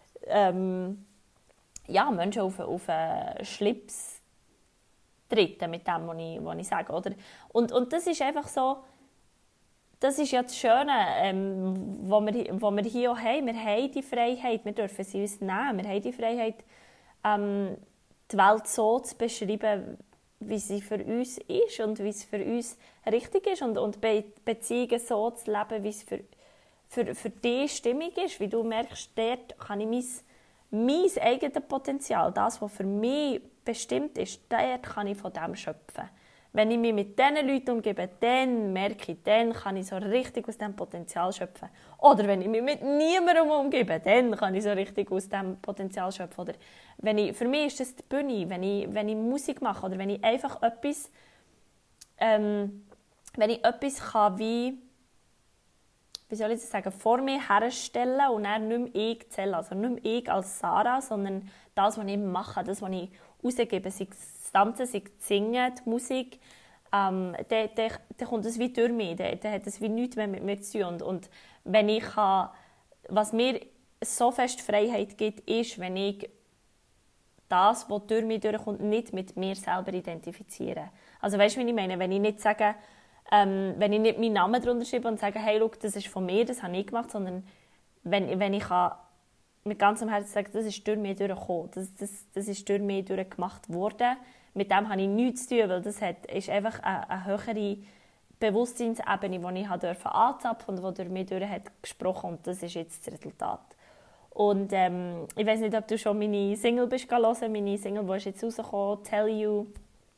Menschen auf einen Schlips treten mit dem, was ich sage. Oder? Und das ist einfach so, das ist ja das Schöne, was wir hier auch haben. Wir haben die Freiheit, wir dürfen sie uns nehmen. Wir haben die Freiheit, die Welt so zu beschreiben, wie sie für uns ist und wie es für uns richtig ist. Und Beziehungen so zu leben, wie es für dich stimmig ist. Wie du merkst, dort kann ich mein eigenes Potenzial, das, was für mich bestimmt ist, dort kann ich von dem schöpfen. Wenn ich mich mit diesen Leuten umgebe, dann merke ich, dann kann ich so richtig aus diesem Potenzial schöpfen. Oder wenn ich mich mit niemandem umgebe, dann kann ich so richtig aus diesem Potenzial schöpfen. Oder für mich ist das die Bühne, wenn ich Musik mache oder wenn ich einfach etwas, kann wie soll ich das sagen, vor mir herstellen und dann nicht mehr ich zählen. Also nicht mehr ich als Sarah, sondern das, was ich mache, das, was ich rausgebe, sei es Tanzen, sei es Singen, die Musik, dann kommt es wie durch mich, dann hat es wie nichts mehr mit mir zu tun. Und wenn ich kann, was mir so fest Freiheit gibt, ist, wenn ich das, was durch mich durchkommt, nicht mit mir selber identifiziere. Also weißt du, wie ich meine? Wenn ich nicht sage, wenn ich nicht meinen Namen drunter schreibe und sage, hey, look, das ist von mir, das habe ich gemacht, sondern wenn ich kann mit ganzem Herzen sagen, das ist durch mich durchgekommen, das ist durch mich durchgemacht worden, mit dem habe ich nichts zu tun, weil das ist einfach eine höhere Bewusstseinsebene, die ich anzapfen durfte und die durch mich durch hat gesprochen, und das ist jetzt das Resultat. Und ich weiß nicht, ob du schon meine Single bist hören. Meine Single, die ist jetzt rausgekommen, «Tell You».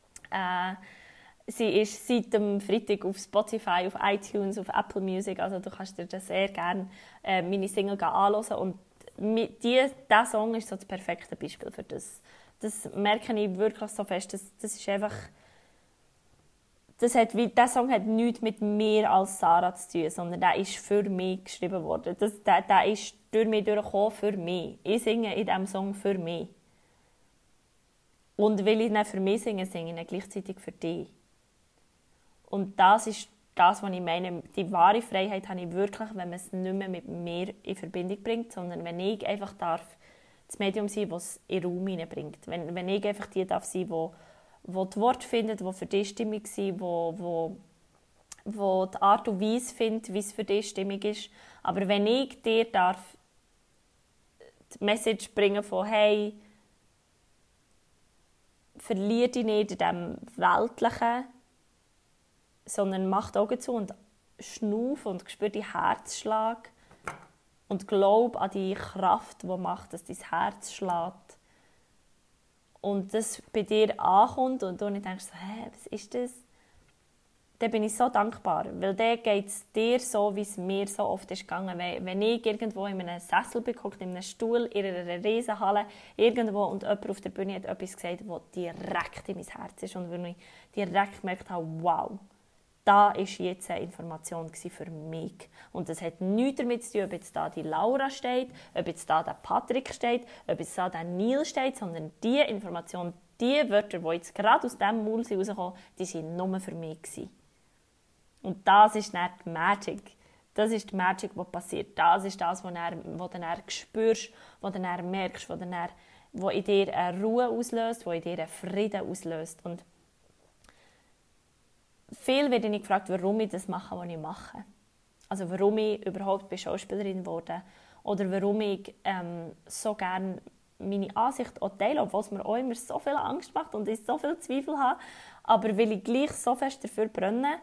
Sie ist seit dem Freitag auf Spotify, auf iTunes, auf Apple Music. Also du kannst dir das sehr gerne meine Single anhören. Und dieser Song ist so das perfekte Beispiel für das. Das merke ich wirklich so fest. Das ist einfach... Dieser Song hat nichts mit mir als Sarah zu tun, sondern der ist für mich geschrieben worden. Der ist durch mich durchgekommen für mich. Ich singe in diesem Song für mich. Und weil ich nicht für mich singe, singe ich gleichzeitig für dich. Und das ist das, was ich meine. Die wahre Freiheit habe ich wirklich, wenn man es nicht mehr mit mir in Verbindung bringt, sondern wenn ich einfach das Medium sein darf, das es in den Raum hineinbringt. Wenn ich einfach die darf sein, die die Worte findet, die für dich stimmig sind, wo die Art und Weise findet, wie es für dich stimmig ist. Aber wenn ich dir darf die Message bringen von «Hey, verlier dich nicht in diesem Weltlichen, sondern mach die Augen zu und schnauf und spür deinen Herzschlag und glaub an die Kraft, die macht, dass dein Herz schlägt. Und das bei dir ankommt und du nicht denkst, was ist das? Dann bin ich so dankbar, weil dann geht es dir so, wie es mir so oft ist gegangen. Wenn ich irgendwo in einem Sessel bin, in einem Stuhl, in einer Riesenhalle, irgendwo und jemand auf der Bühne hat etwas gesagt, das direkt in mein Herz ist und wo ich direkt gemerkt habe, wow, da war jetzt eine Information für mich. Und das hat nichts damit zu tun, ob jetzt da die Laura steht, ob jetzt da der Patrick steht, ob jetzt da der Neil steht, sondern die Information, die Wörter, die jetzt gerade aus diesem Maul rauskommen, die waren nur für mich. Und das ist nicht die Magic. Das ist die Magic, die passiert. Das ist das, was du dann spürst, was du dann merkst, was in dir eine Ruhe auslöst, was in dir einen Frieden auslöst. Und viel werde ich gefragt, warum ich das mache, was ich mache. Also warum ich überhaupt Schauspielerin wurde. Oder warum ich so gerne meine Ansicht auch teile, obwohl es mir auch immer so viel Angst macht und ich so viele Zweifel habe. Aber weil ich gleich so fest dafür brenne,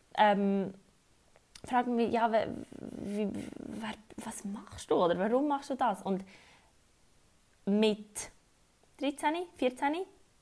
frage ich mich, ja, was machst du? Oder warum machst du das? Und mit 13, 14,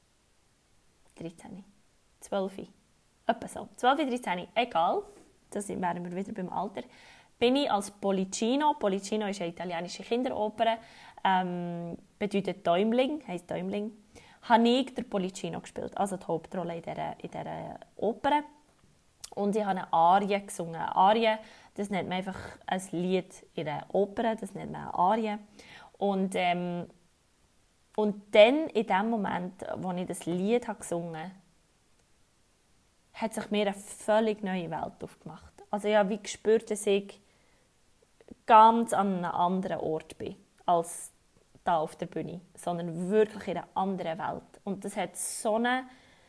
13, 12, etwa so, 12, 13, egal, da wären wir wieder beim Alter, bin ich als Policino ist eine italienische Kinderoper, bedeutet Däumling, heisst Däumling, habe ich den Policino gespielt, also die Hauptrolle in dieser Oper. Und ich habe eine Arie gesungen. Eine Arie, das nennt man einfach ein Lied in einer Oper, das nennt man eine Arie. Und dann, in dem Moment, wo ich das Lied gesungen habe, hat sich mir eine völlig neue Welt aufgemacht. Also ich habe wie gespürt, dass ich ganz an einem anderen Ort bin, als da auf der Bühne, sondern wirklich in einer anderen Welt. Und das hat so ein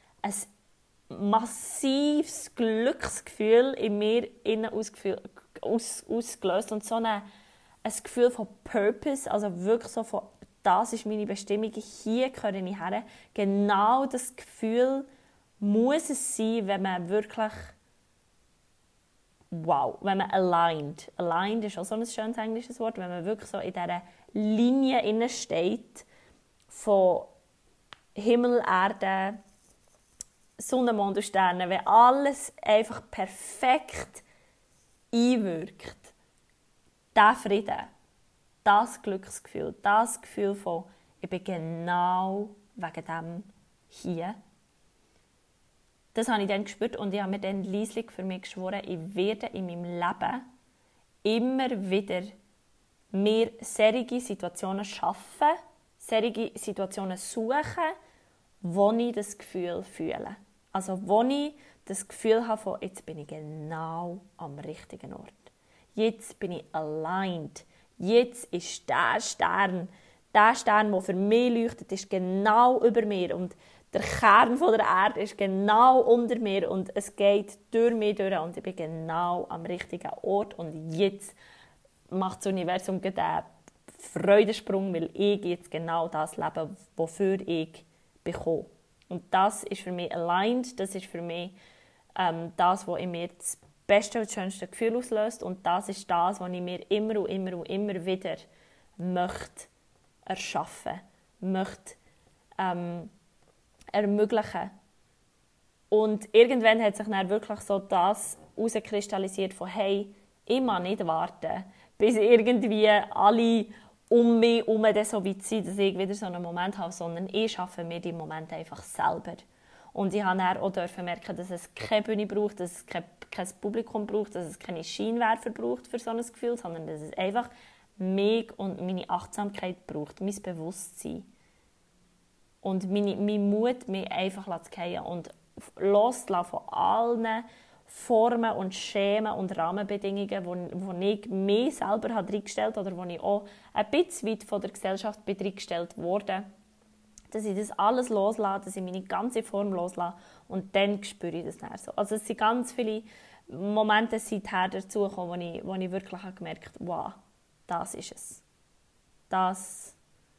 massives Glücksgefühl in mir ausgelöst und so ein Gefühl von Purpose, also wirklich so von, das ist meine Bestimmung, hier gehöre ich her. Genau das Gefühl muss es sein, wenn man wirklich, wenn man aligned ist auch so ein schönes englisches Wort, wenn man wirklich so in dieser Linie innen steht von Himmel, Erde, Sonne, Mond und Sterne, wenn alles einfach perfekt einwirkt, dieser Frieden, das Glücksgefühl, das Gefühl von, ich bin genau wegen dem hier, das habe ich dann gespürt und ich habe mir dann leislich für mich geschworen, ich werde in meinem Leben immer wieder mir solche Situationen schaffen, solche Situationen suchen, wo ich das Gefühl fühle. Also wo ich das Gefühl habe von, jetzt bin ich genau am richtigen Ort. Jetzt bin ich aligned. Jetzt ist der Stern, der für mich leuchtet, ist genau über mir. Und der Kern der Erde ist genau unter mir. Und es geht durch mich durch. Und ich bin genau am richtigen Ort. Und jetzt macht das Universum den Freudensprung, weil ich jetzt genau das lebe, wofür ich bekomme. Und das ist für mich aligned. Das ist für mich das, was in mir das beste und schönste Gefühl auslöst. Und das ist das, was ich mir immer und immer und immer wieder möchte erschaffen, möchte ermöglichen. Und irgendwann hat sich dann wirklich so das herauskristallisiert von «Hey, ich muss nicht warten, bis irgendwie alle um mich herum so weit sind, dass ich wieder so einen Moment habe, sondern ich schaffe mir die Momente einfach selber.» Und ich durfte auch merken, dass es keine Bühne braucht, dass es kein Publikum braucht, dass es keine Scheinwerfer braucht für so ein Gefühl, sondern dass es einfach mich und meine Achtsamkeit braucht, mein Bewusstsein. Und mein Mut, mich einfach zu fallen und loszulassen von allen Formen und Schemen und Rahmenbedingungen, wo ich mich selber reingestellt habe oder wo ich auch ein bisschen weit von der Gesellschaft reingestellt wurde. Dass ich das alles loslasse, dass ich meine ganze Form loslasse und dann spüre ich das dann so. Also es sind ganz viele Momente seither dazugekommen, wo ich wirklich gemerkt habe, wow, das ist es. Das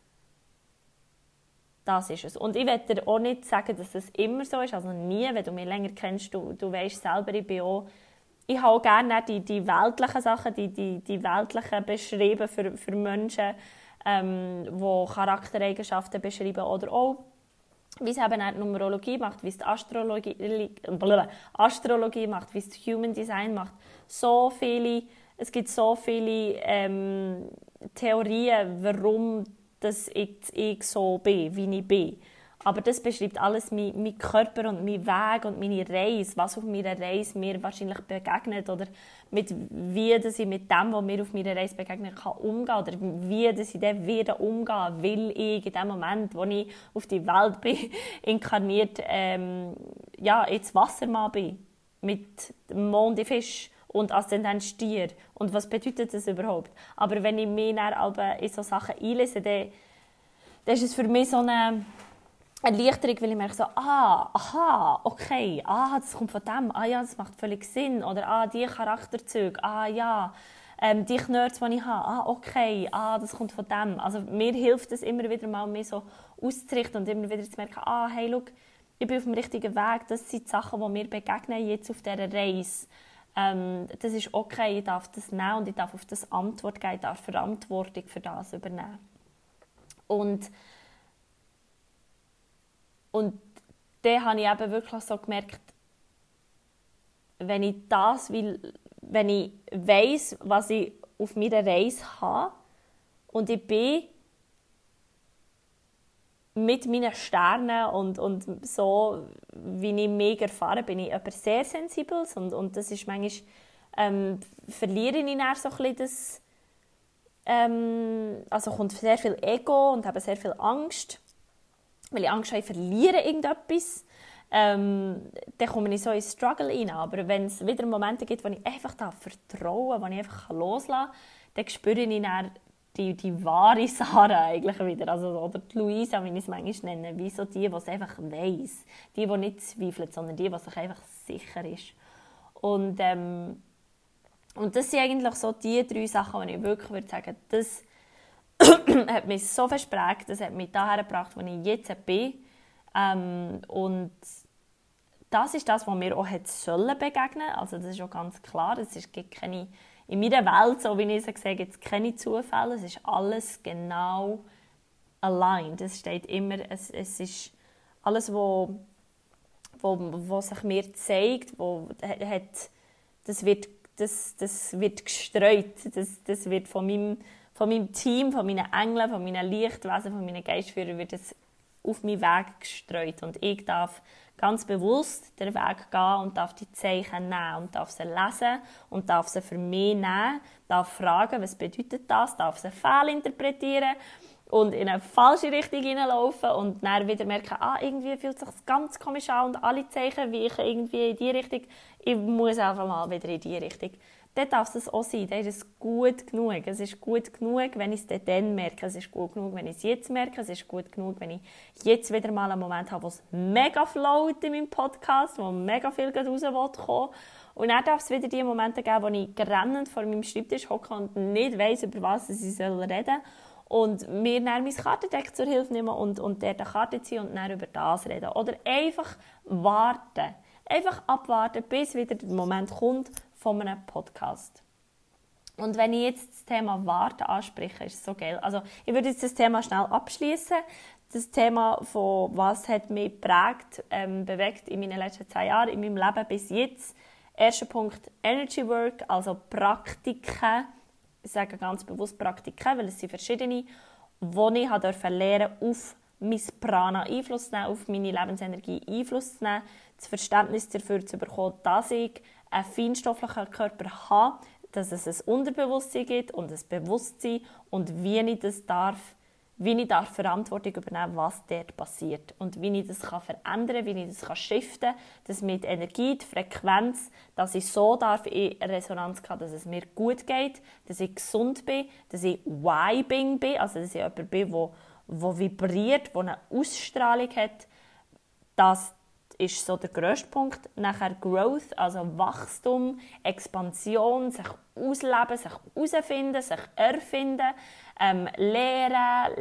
ist es. Und ich will dir auch nicht sagen, dass es immer so ist, also nie, wenn du mich länger kennst, du weißt selber, ich habe auch gerne die weltlichen Sachen, die weltlichen beschrieben für Menschen, die Charaktereigenschaften beschreiben oder auch, wie es eben die Numerologie macht, wie es die Astrologie macht, wie es das Human Design macht. Es gibt so viele Theorien, warum dass ich so bin, wie ich bin. Aber das beschreibt alles mein Körper und mein Weg und meine Reise, was auf meiner Reise mir wahrscheinlich begegnet oder wie dass ich mit dem, was mir auf meiner Reise begegnet, kann umgehen oder wie dass ich dann wieder umgehen, weil ich in dem Moment, wo ich auf die Welt bin, inkarniert, ins Wassermann bin, mit dem Mond in Fisch und Aszendent Stier. Und was bedeutet das überhaupt? Aber wenn ich mich dann in so Sachen einlese, dann ist es für mich so eine Erleichterung, weil ich merke so, okay, das kommt von dem, ja, das macht völlig Sinn. Oder die Charakterzüge, die Knörz, die ich habe, okay, das kommt von dem. Also mir hilft es immer wieder mal, mich so auszurichten und immer wieder zu merken, hey, schau, ich bin auf dem richtigen Weg, das sind die Sachen, die mir begegnen jetzt auf dieser Reise. Das ist okay, ich darf das nehmen und ich darf auf das Antwort geben, ich darf Verantwortung für das übernehmen. Und dann habe ich eben wirklich so gemerkt, wenn ich weiss, was ich auf meiner Reise habe und ich bin mit meinen Sternen und so, wie ich mich erfahre, bin ich jemand sehr Sensibles und das ist manchmal, verliere ich dann so ein bisschen das, also kommt sehr viel Ego und habe sehr viel Angst, weil ich Angst habe, ich verliere irgendetwas, dann komme ich so ins Struggle rein. Aber wenn es wieder Momente gibt, wo ich einfach vertrauen darf, wo ich einfach loslassen kann, dann spüre ich dann die wahre Sarah eigentlich wieder. Also, oder die Luisa, wie ich es manchmal nenne. Wie so die es einfach weiss. Die nicht zweifelt, sondern die sich einfach sicher ist. Und das sind eigentlich so die 3 Sachen, die ich wirklich würde sagen, das hat mich so versprochen, das hat mich dahin gebracht, wo ich jetzt bin. Und das ist das, was mir auch begegnen sollen. Also das ist auch ganz klar. Es gibt keine, in meiner Welt, so wie ich es sehe, gibt es keine Zufälle. Es ist alles genau aligned. Es steht immer, es ist alles, was sich mir zeigt, das wird gestreut. Das wird von meinem Team, von meinen Engeln, von meinen Lichtwesen, von meinen Geistführern wird es auf meinen Weg gestreut. Und ich darf ganz bewusst den Weg gehen und darf die Zeichen nehmen und darf sie lesen und darf sie für mich nehmen, darf fragen, was bedeutet das, darf sie fehlinterpretieren und in eine falsche Richtung hineinlaufen und dann wieder merken, irgendwie fühlt es sich ganz komisch an und alle Zeichen weichen irgendwie in die Richtung. Ich muss einfach mal wieder in die Richtung. dann darf es auch sein, dann ist es gut genug. Es ist gut genug, wenn ich es dann merke. Es ist gut genug, wenn ich es jetzt merke. Es ist gut genug, wenn ich jetzt wieder mal einen Moment habe, wo es mega float in meinem Podcast, wo mega viel raus will. Und dann darf es wieder die Momente geben, wo ich rennend vor meinem Schreibtisch hocke und nicht weiss, über was ich reden soll. Und mir dann mein Kartendeck zur Hilfe nehmen und dort eine Karte ziehen und dann über das reden. Oder einfach warten. Einfach abwarten, bis wieder der Moment kommt von einem Podcast. Und wenn ich jetzt das Thema Warten anspreche, ist es so geil. Also ich würde jetzt das Thema schnell abschließen. Das Thema von was hat mich geprägt, bewegt in meinen letzten 10 Jahren, in meinem Leben bis jetzt. Erster Punkt, Energy Work, also Praktiken. Ich sage ganz bewusst Praktiken, weil es sind verschiedene, wo ich lernen durfte, auf mein Prana Einfluss zu nehmen, auf meine Lebensenergie Einfluss zu nehmen, das Verständnis dafür zu bekommen, dass ich einen feinstofflichen Körper habe, dass es ein Unterbewusstsein gibt und ein Bewusstsein und wie ich das darf, Verantwortung übernehmen, was dort passiert und wie ich das verändern kann, wie ich das shiften kann, dass mit Energie, die Frequenz, dass ich so in Resonanz kann, dass es mir gut geht, dass ich gesund bin, dass ich vibing bin, also dass ich jemand bin, der vibriert, der eine Ausstrahlung hat. Das ist so der grösste Punkt. Nachher Growth, also Wachstum, Expansion, sich ausleben, sich herausfinden, sich erfinden, lernen,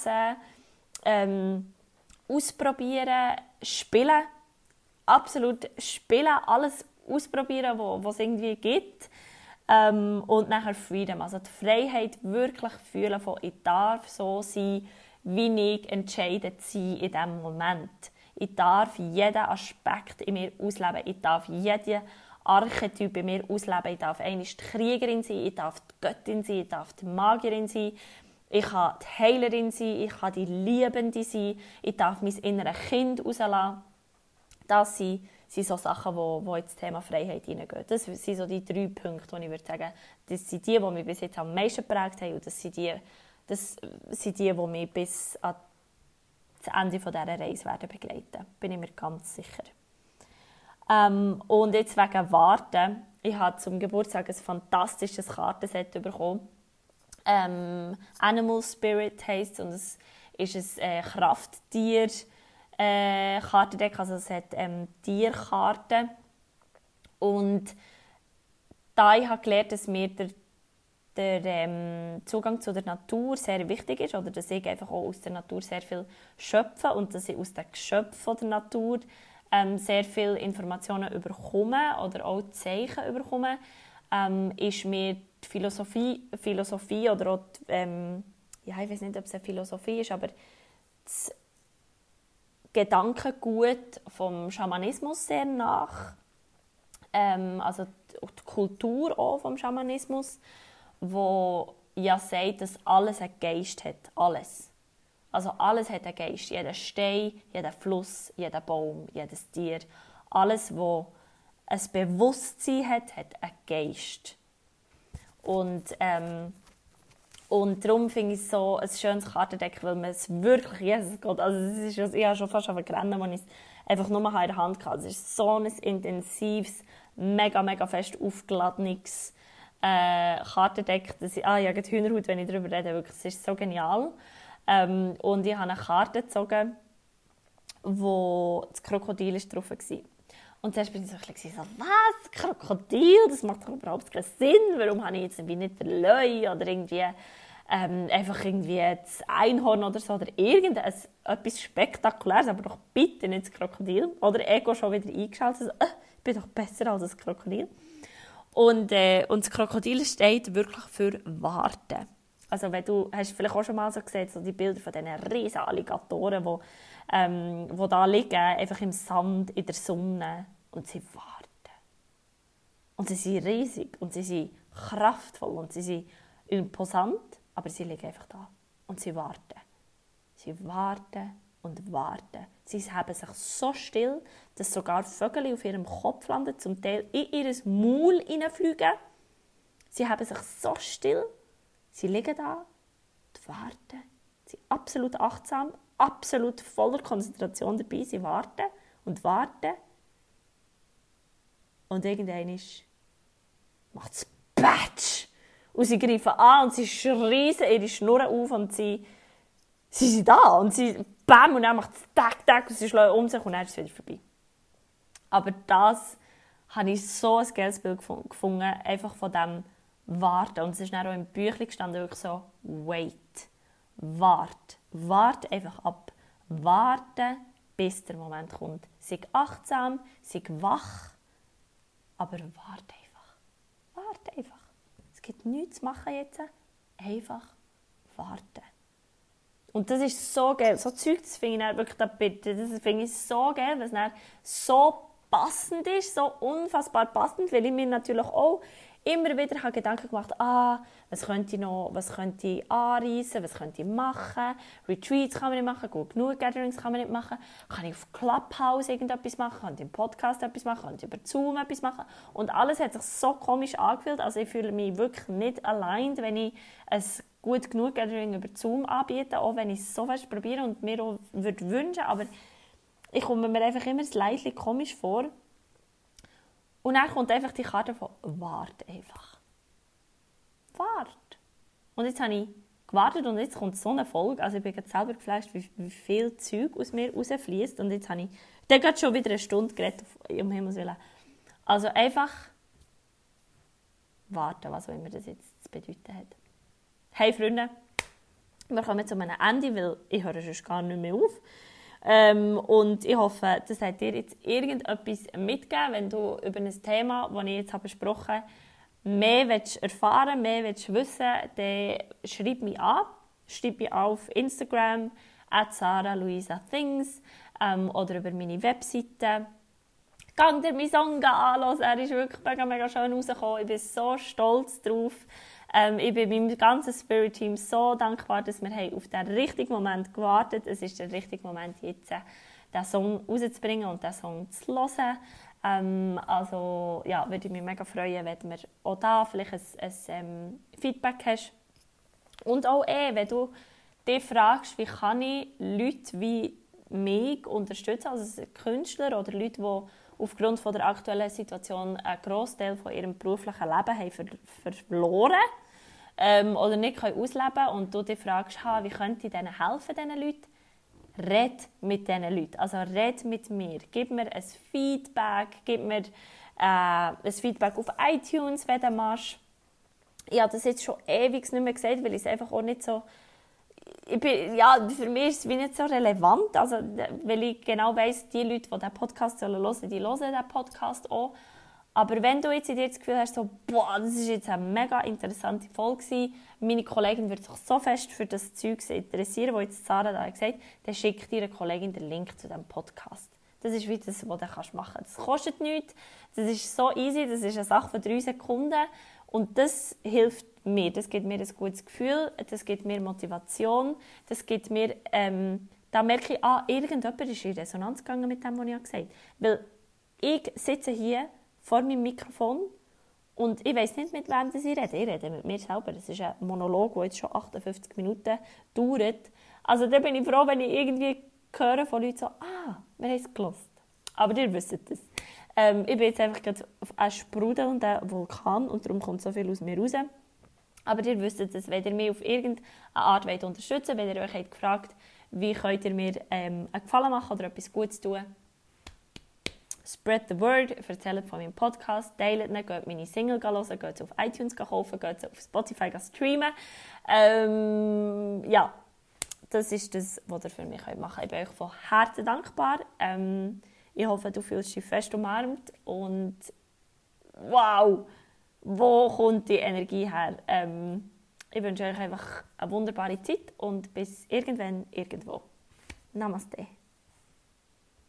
lesen, ausprobieren, spielen. Absolut spielen, alles ausprobieren, was es irgendwie gibt. Und nachher Freedom, also die Freiheit wirklich fühlen von ich darf so sein, wie ich entscheide zu sein in diesem Moment. Ich darf jeden Aspekt in mir ausleben. Ich darf jeden Archetyp in mir ausleben. Ich darf einmal die Kriegerin sein, ich darf die Göttin sein, ich darf die Magierin sein, ich kann die Heilerin sein, ich kann die Liebende sein, ich darf mein inneres Kind rauslassen. Das sind so Sachen, die ins Thema Freiheit hineingehen. Das sind so die 3 Punkte, die ich würde sagen, das sind die mich bis jetzt am meisten geprägt haben und das sind die mich bis an das Ende dieser Reise werden begleiten. Bin ich mir ganz sicher. Und jetzt wegen Warten. Ich habe zum Geburtstag ein fantastisches Kartenset bekommen. Animal Spirit heisst und es ist ein Krafttier Kartendeck, also es hat Tierkarten. Und da ich habe gelernt, dass mir der Zugang zu der Natur sehr wichtig ist oder dass ich einfach auch aus der Natur sehr viel schöpfe und dass ich aus den Geschöpfen der Natur sehr viele Informationen bekomme oder auch Zeichen bekomme, ist mir die Philosophie oder auch ich weiß nicht, ob es eine Philosophie ist, aber das Gedankengut vom Schamanismus sehr nach, also die Kultur auch vom Schamanismus, wo ja sagt, dass alles einen Geist hat. Alles. Also alles hat einen Geist. Jeder Stein, jeder Fluss, jeder Baum, jedes Tier. Alles, was ein Bewusstsein hat, hat einen Geist. Und darum finde ich es so ein schönes Kartendeck, weil man es wirklich, Jesus Gott, also es ist, ich habe schon fast vergessen, als ich es einfach nur in der Hand hatte. Es ist so ein intensives, mega, mega fest aufgeladenes Kartendeck. Ich habe die Hühnerhaut, wenn ich darüber rede, wirklich, es ist so genial. Und ich habe eine Karte gezogen, wo das Krokodil drauf war. Und zuerst war ich so ein bisschen so, was? Krokodil? Das macht doch überhaupt keinen Sinn. Warum habe ich jetzt nicht den Löwe oder irgendwie einfach irgendwie das Einhorn oder so oder etwas Spektakuläres, aber doch bitte nicht das Krokodil. Oder Ego schon wieder eingeschaltet, so, ich bin doch besser als das Krokodil. Und das Krokodil steht wirklich für Warten. Also wenn du hast vielleicht auch schon mal so gesehen, so die Bilder von diesen riesen Alligatoren, die da liegen, einfach im Sand, in der Sonne, und sie warten. Und sie sind riesig und sie sind kraftvoll und sie sind imposant, aber sie liegen einfach da und sie warten. Sie warten und warten. Sie haben sich so still, dass sogar Vögel auf ihrem Kopf landen, zum Teil in ihr Maul hineinfliegen. Sie haben sich so still, sie liegen da und warten. Sie sind absolut achtsam, absolut voller Konzentration dabei. Sie warten und warten. Und irgendwann macht es Und sie greifen an und sie schreien ihre Schnurren auf und sie sind da. Und sie bam, und dann macht es tack, tack und sie schlagen um sich und dann ist es wieder vorbei. Aber das habe ich so ein geiles Bild gefunden, einfach von dem Warten. Und es ist dann auch im Büchlein gestanden, wirklich so, wait, wart einfach ab. Warten, bis der Moment kommt. Sei achtsam, sei wach, aber warte einfach. Es gibt nichts zu machen jetzt, einfach warten. Und das ist so geil. So Zeug, das finde ich dann wirklich, das finde ich so geil, weil es dann so passend ist, so unfassbar passend, weil ich mir natürlich auch immer wieder Gedanken gemacht habe, was könnte ich anreisen, was könnte ich machen, Retreats kann man nicht machen, gut genug Gatherings kann man nicht machen, kann ich auf Clubhouse irgendetwas machen, kann ich im Podcast etwas machen, kann ich über Zoom etwas machen und alles hat sich so komisch angefühlt, also ich fühle mich wirklich nicht allein, wenn ich ein gut genug Gathering über Zoom anbiete, auch wenn ich es so fest probiere und mir auch würde wünschen, aber ich komme mir einfach immer ein Leidchen komisch vor. Und dann kommt einfach die Karte von «Wart einfach». Wart. Und jetzt habe ich gewartet und jetzt kommt so eine Folge. Also ich bin gerade selber geflasht, wie viel Zeug aus mir rausfließt. Und jetzt habe ich dann gerade schon wieder eine Stunde geredet, um Himmels Willen. Also einfach warten, was auch immer das jetzt zu bedeuten hat. Hey Freunde, wir kommen zu einem Ende, weil ich höre sonst gar nicht mehr auf. Und ich hoffe, das hat dir jetzt irgendetwas mitgegeben, wenn du über ein Thema, das ich jetzt besprochen habe, mehr erfahren willst, mehr wissen willst, dann schreib mich an. Schreib mich auf Instagram @SarahLuisaThings oder über meine Webseite. Gang dir meinen Song anhören, er ist wirklich mega, mega schön rausgekommen. Ich bin so stolz drauf. Ich bin meinem ganzen Spirit-Team so dankbar, dass wir auf den richtigen Moment gewartet haben. Es ist der richtige Moment, jetzt diesen Song rauszubringen und diesen Song zu hören. Also ja, würde ich mich mega freuen, wenn du mir auch da vielleicht ein Feedback hast. Und auch wenn du dich fragst, wie kann ich Leute wie mich unterstützen, also Künstler oder Leute, die aufgrund von der aktuellen Situation einen Grossteil von ihrem beruflichen Leben haben verloren oder nicht ausleben können und du dich fragst, wie könnte ich denen helfen, diesen Leuten? Red mit diesen Leuten, also red mit mir. Gib mir ein Feedback, gib mir ein Feedback auf iTunes, wenn du machst. Ich habe das jetzt schon ewig nicht mehr gesagt, weil ich es einfach auch nicht so... für mich ist es wie nicht so relevant, also, weil ich genau weiss, die Leute, die diesen Podcast hören sollen, die hören diesen Podcast auch. Aber wenn du jetzt in dir das Gefühl hast, so, boah, das ist jetzt eine mega interessante Folge gewesen, meine Kollegin wird sich so fest für das Zeug interessieren, das jetzt Sarah da gesagt hat, dann schickt ihre Kollegin den Link zu diesem Podcast. Das ist wie das, was du machen kannst. Das kostet nichts, das ist so easy, das ist eine Sache von 3 Sekunden und das hilft mir. Das gibt mir ein gutes Gefühl, das gibt mir Motivation, das gibt mir, da merke ich, irgendjemand ist in Resonanz gegangen mit dem, was ich gesagt habe. Weil ich sitze hier vor meinem Mikrofon und ich weiss nicht, mit wem ich rede. Ich rede mit mir selber. Das ist ein Monolog, der jetzt schon 58 Minuten dauert. Also da bin ich froh, wenn ich irgendwie höre von Leuten so, wir haben es gehört. Aber ihr wisst es. Ich bin jetzt einfach auf einem sprudelnden Vulkan und darum kommt so viel aus mir raus. Aber ihr wisst es, wenn ihr mich auf irgendeine Art unterstützen wollt, wenn ihr euch habt gefragt, wie könnt ihr mir einen Gefallen machen oder etwas Gutes tun, spread the word, erzählt von meinem Podcast, teilt ihn, geht meine Single hören, geht auf iTunes kaufen, geht auf Spotify streamen. Ja, das ist das, was ihr für mich machen könnt. Ich bin euch von Herzen dankbar. Ich hoffe, du fühlst dich fest umarmt und wow, wo kommt die Energie her? Ich wünsche euch einfach eine wunderbare Zeit und bis irgendwann, irgendwo. Namaste.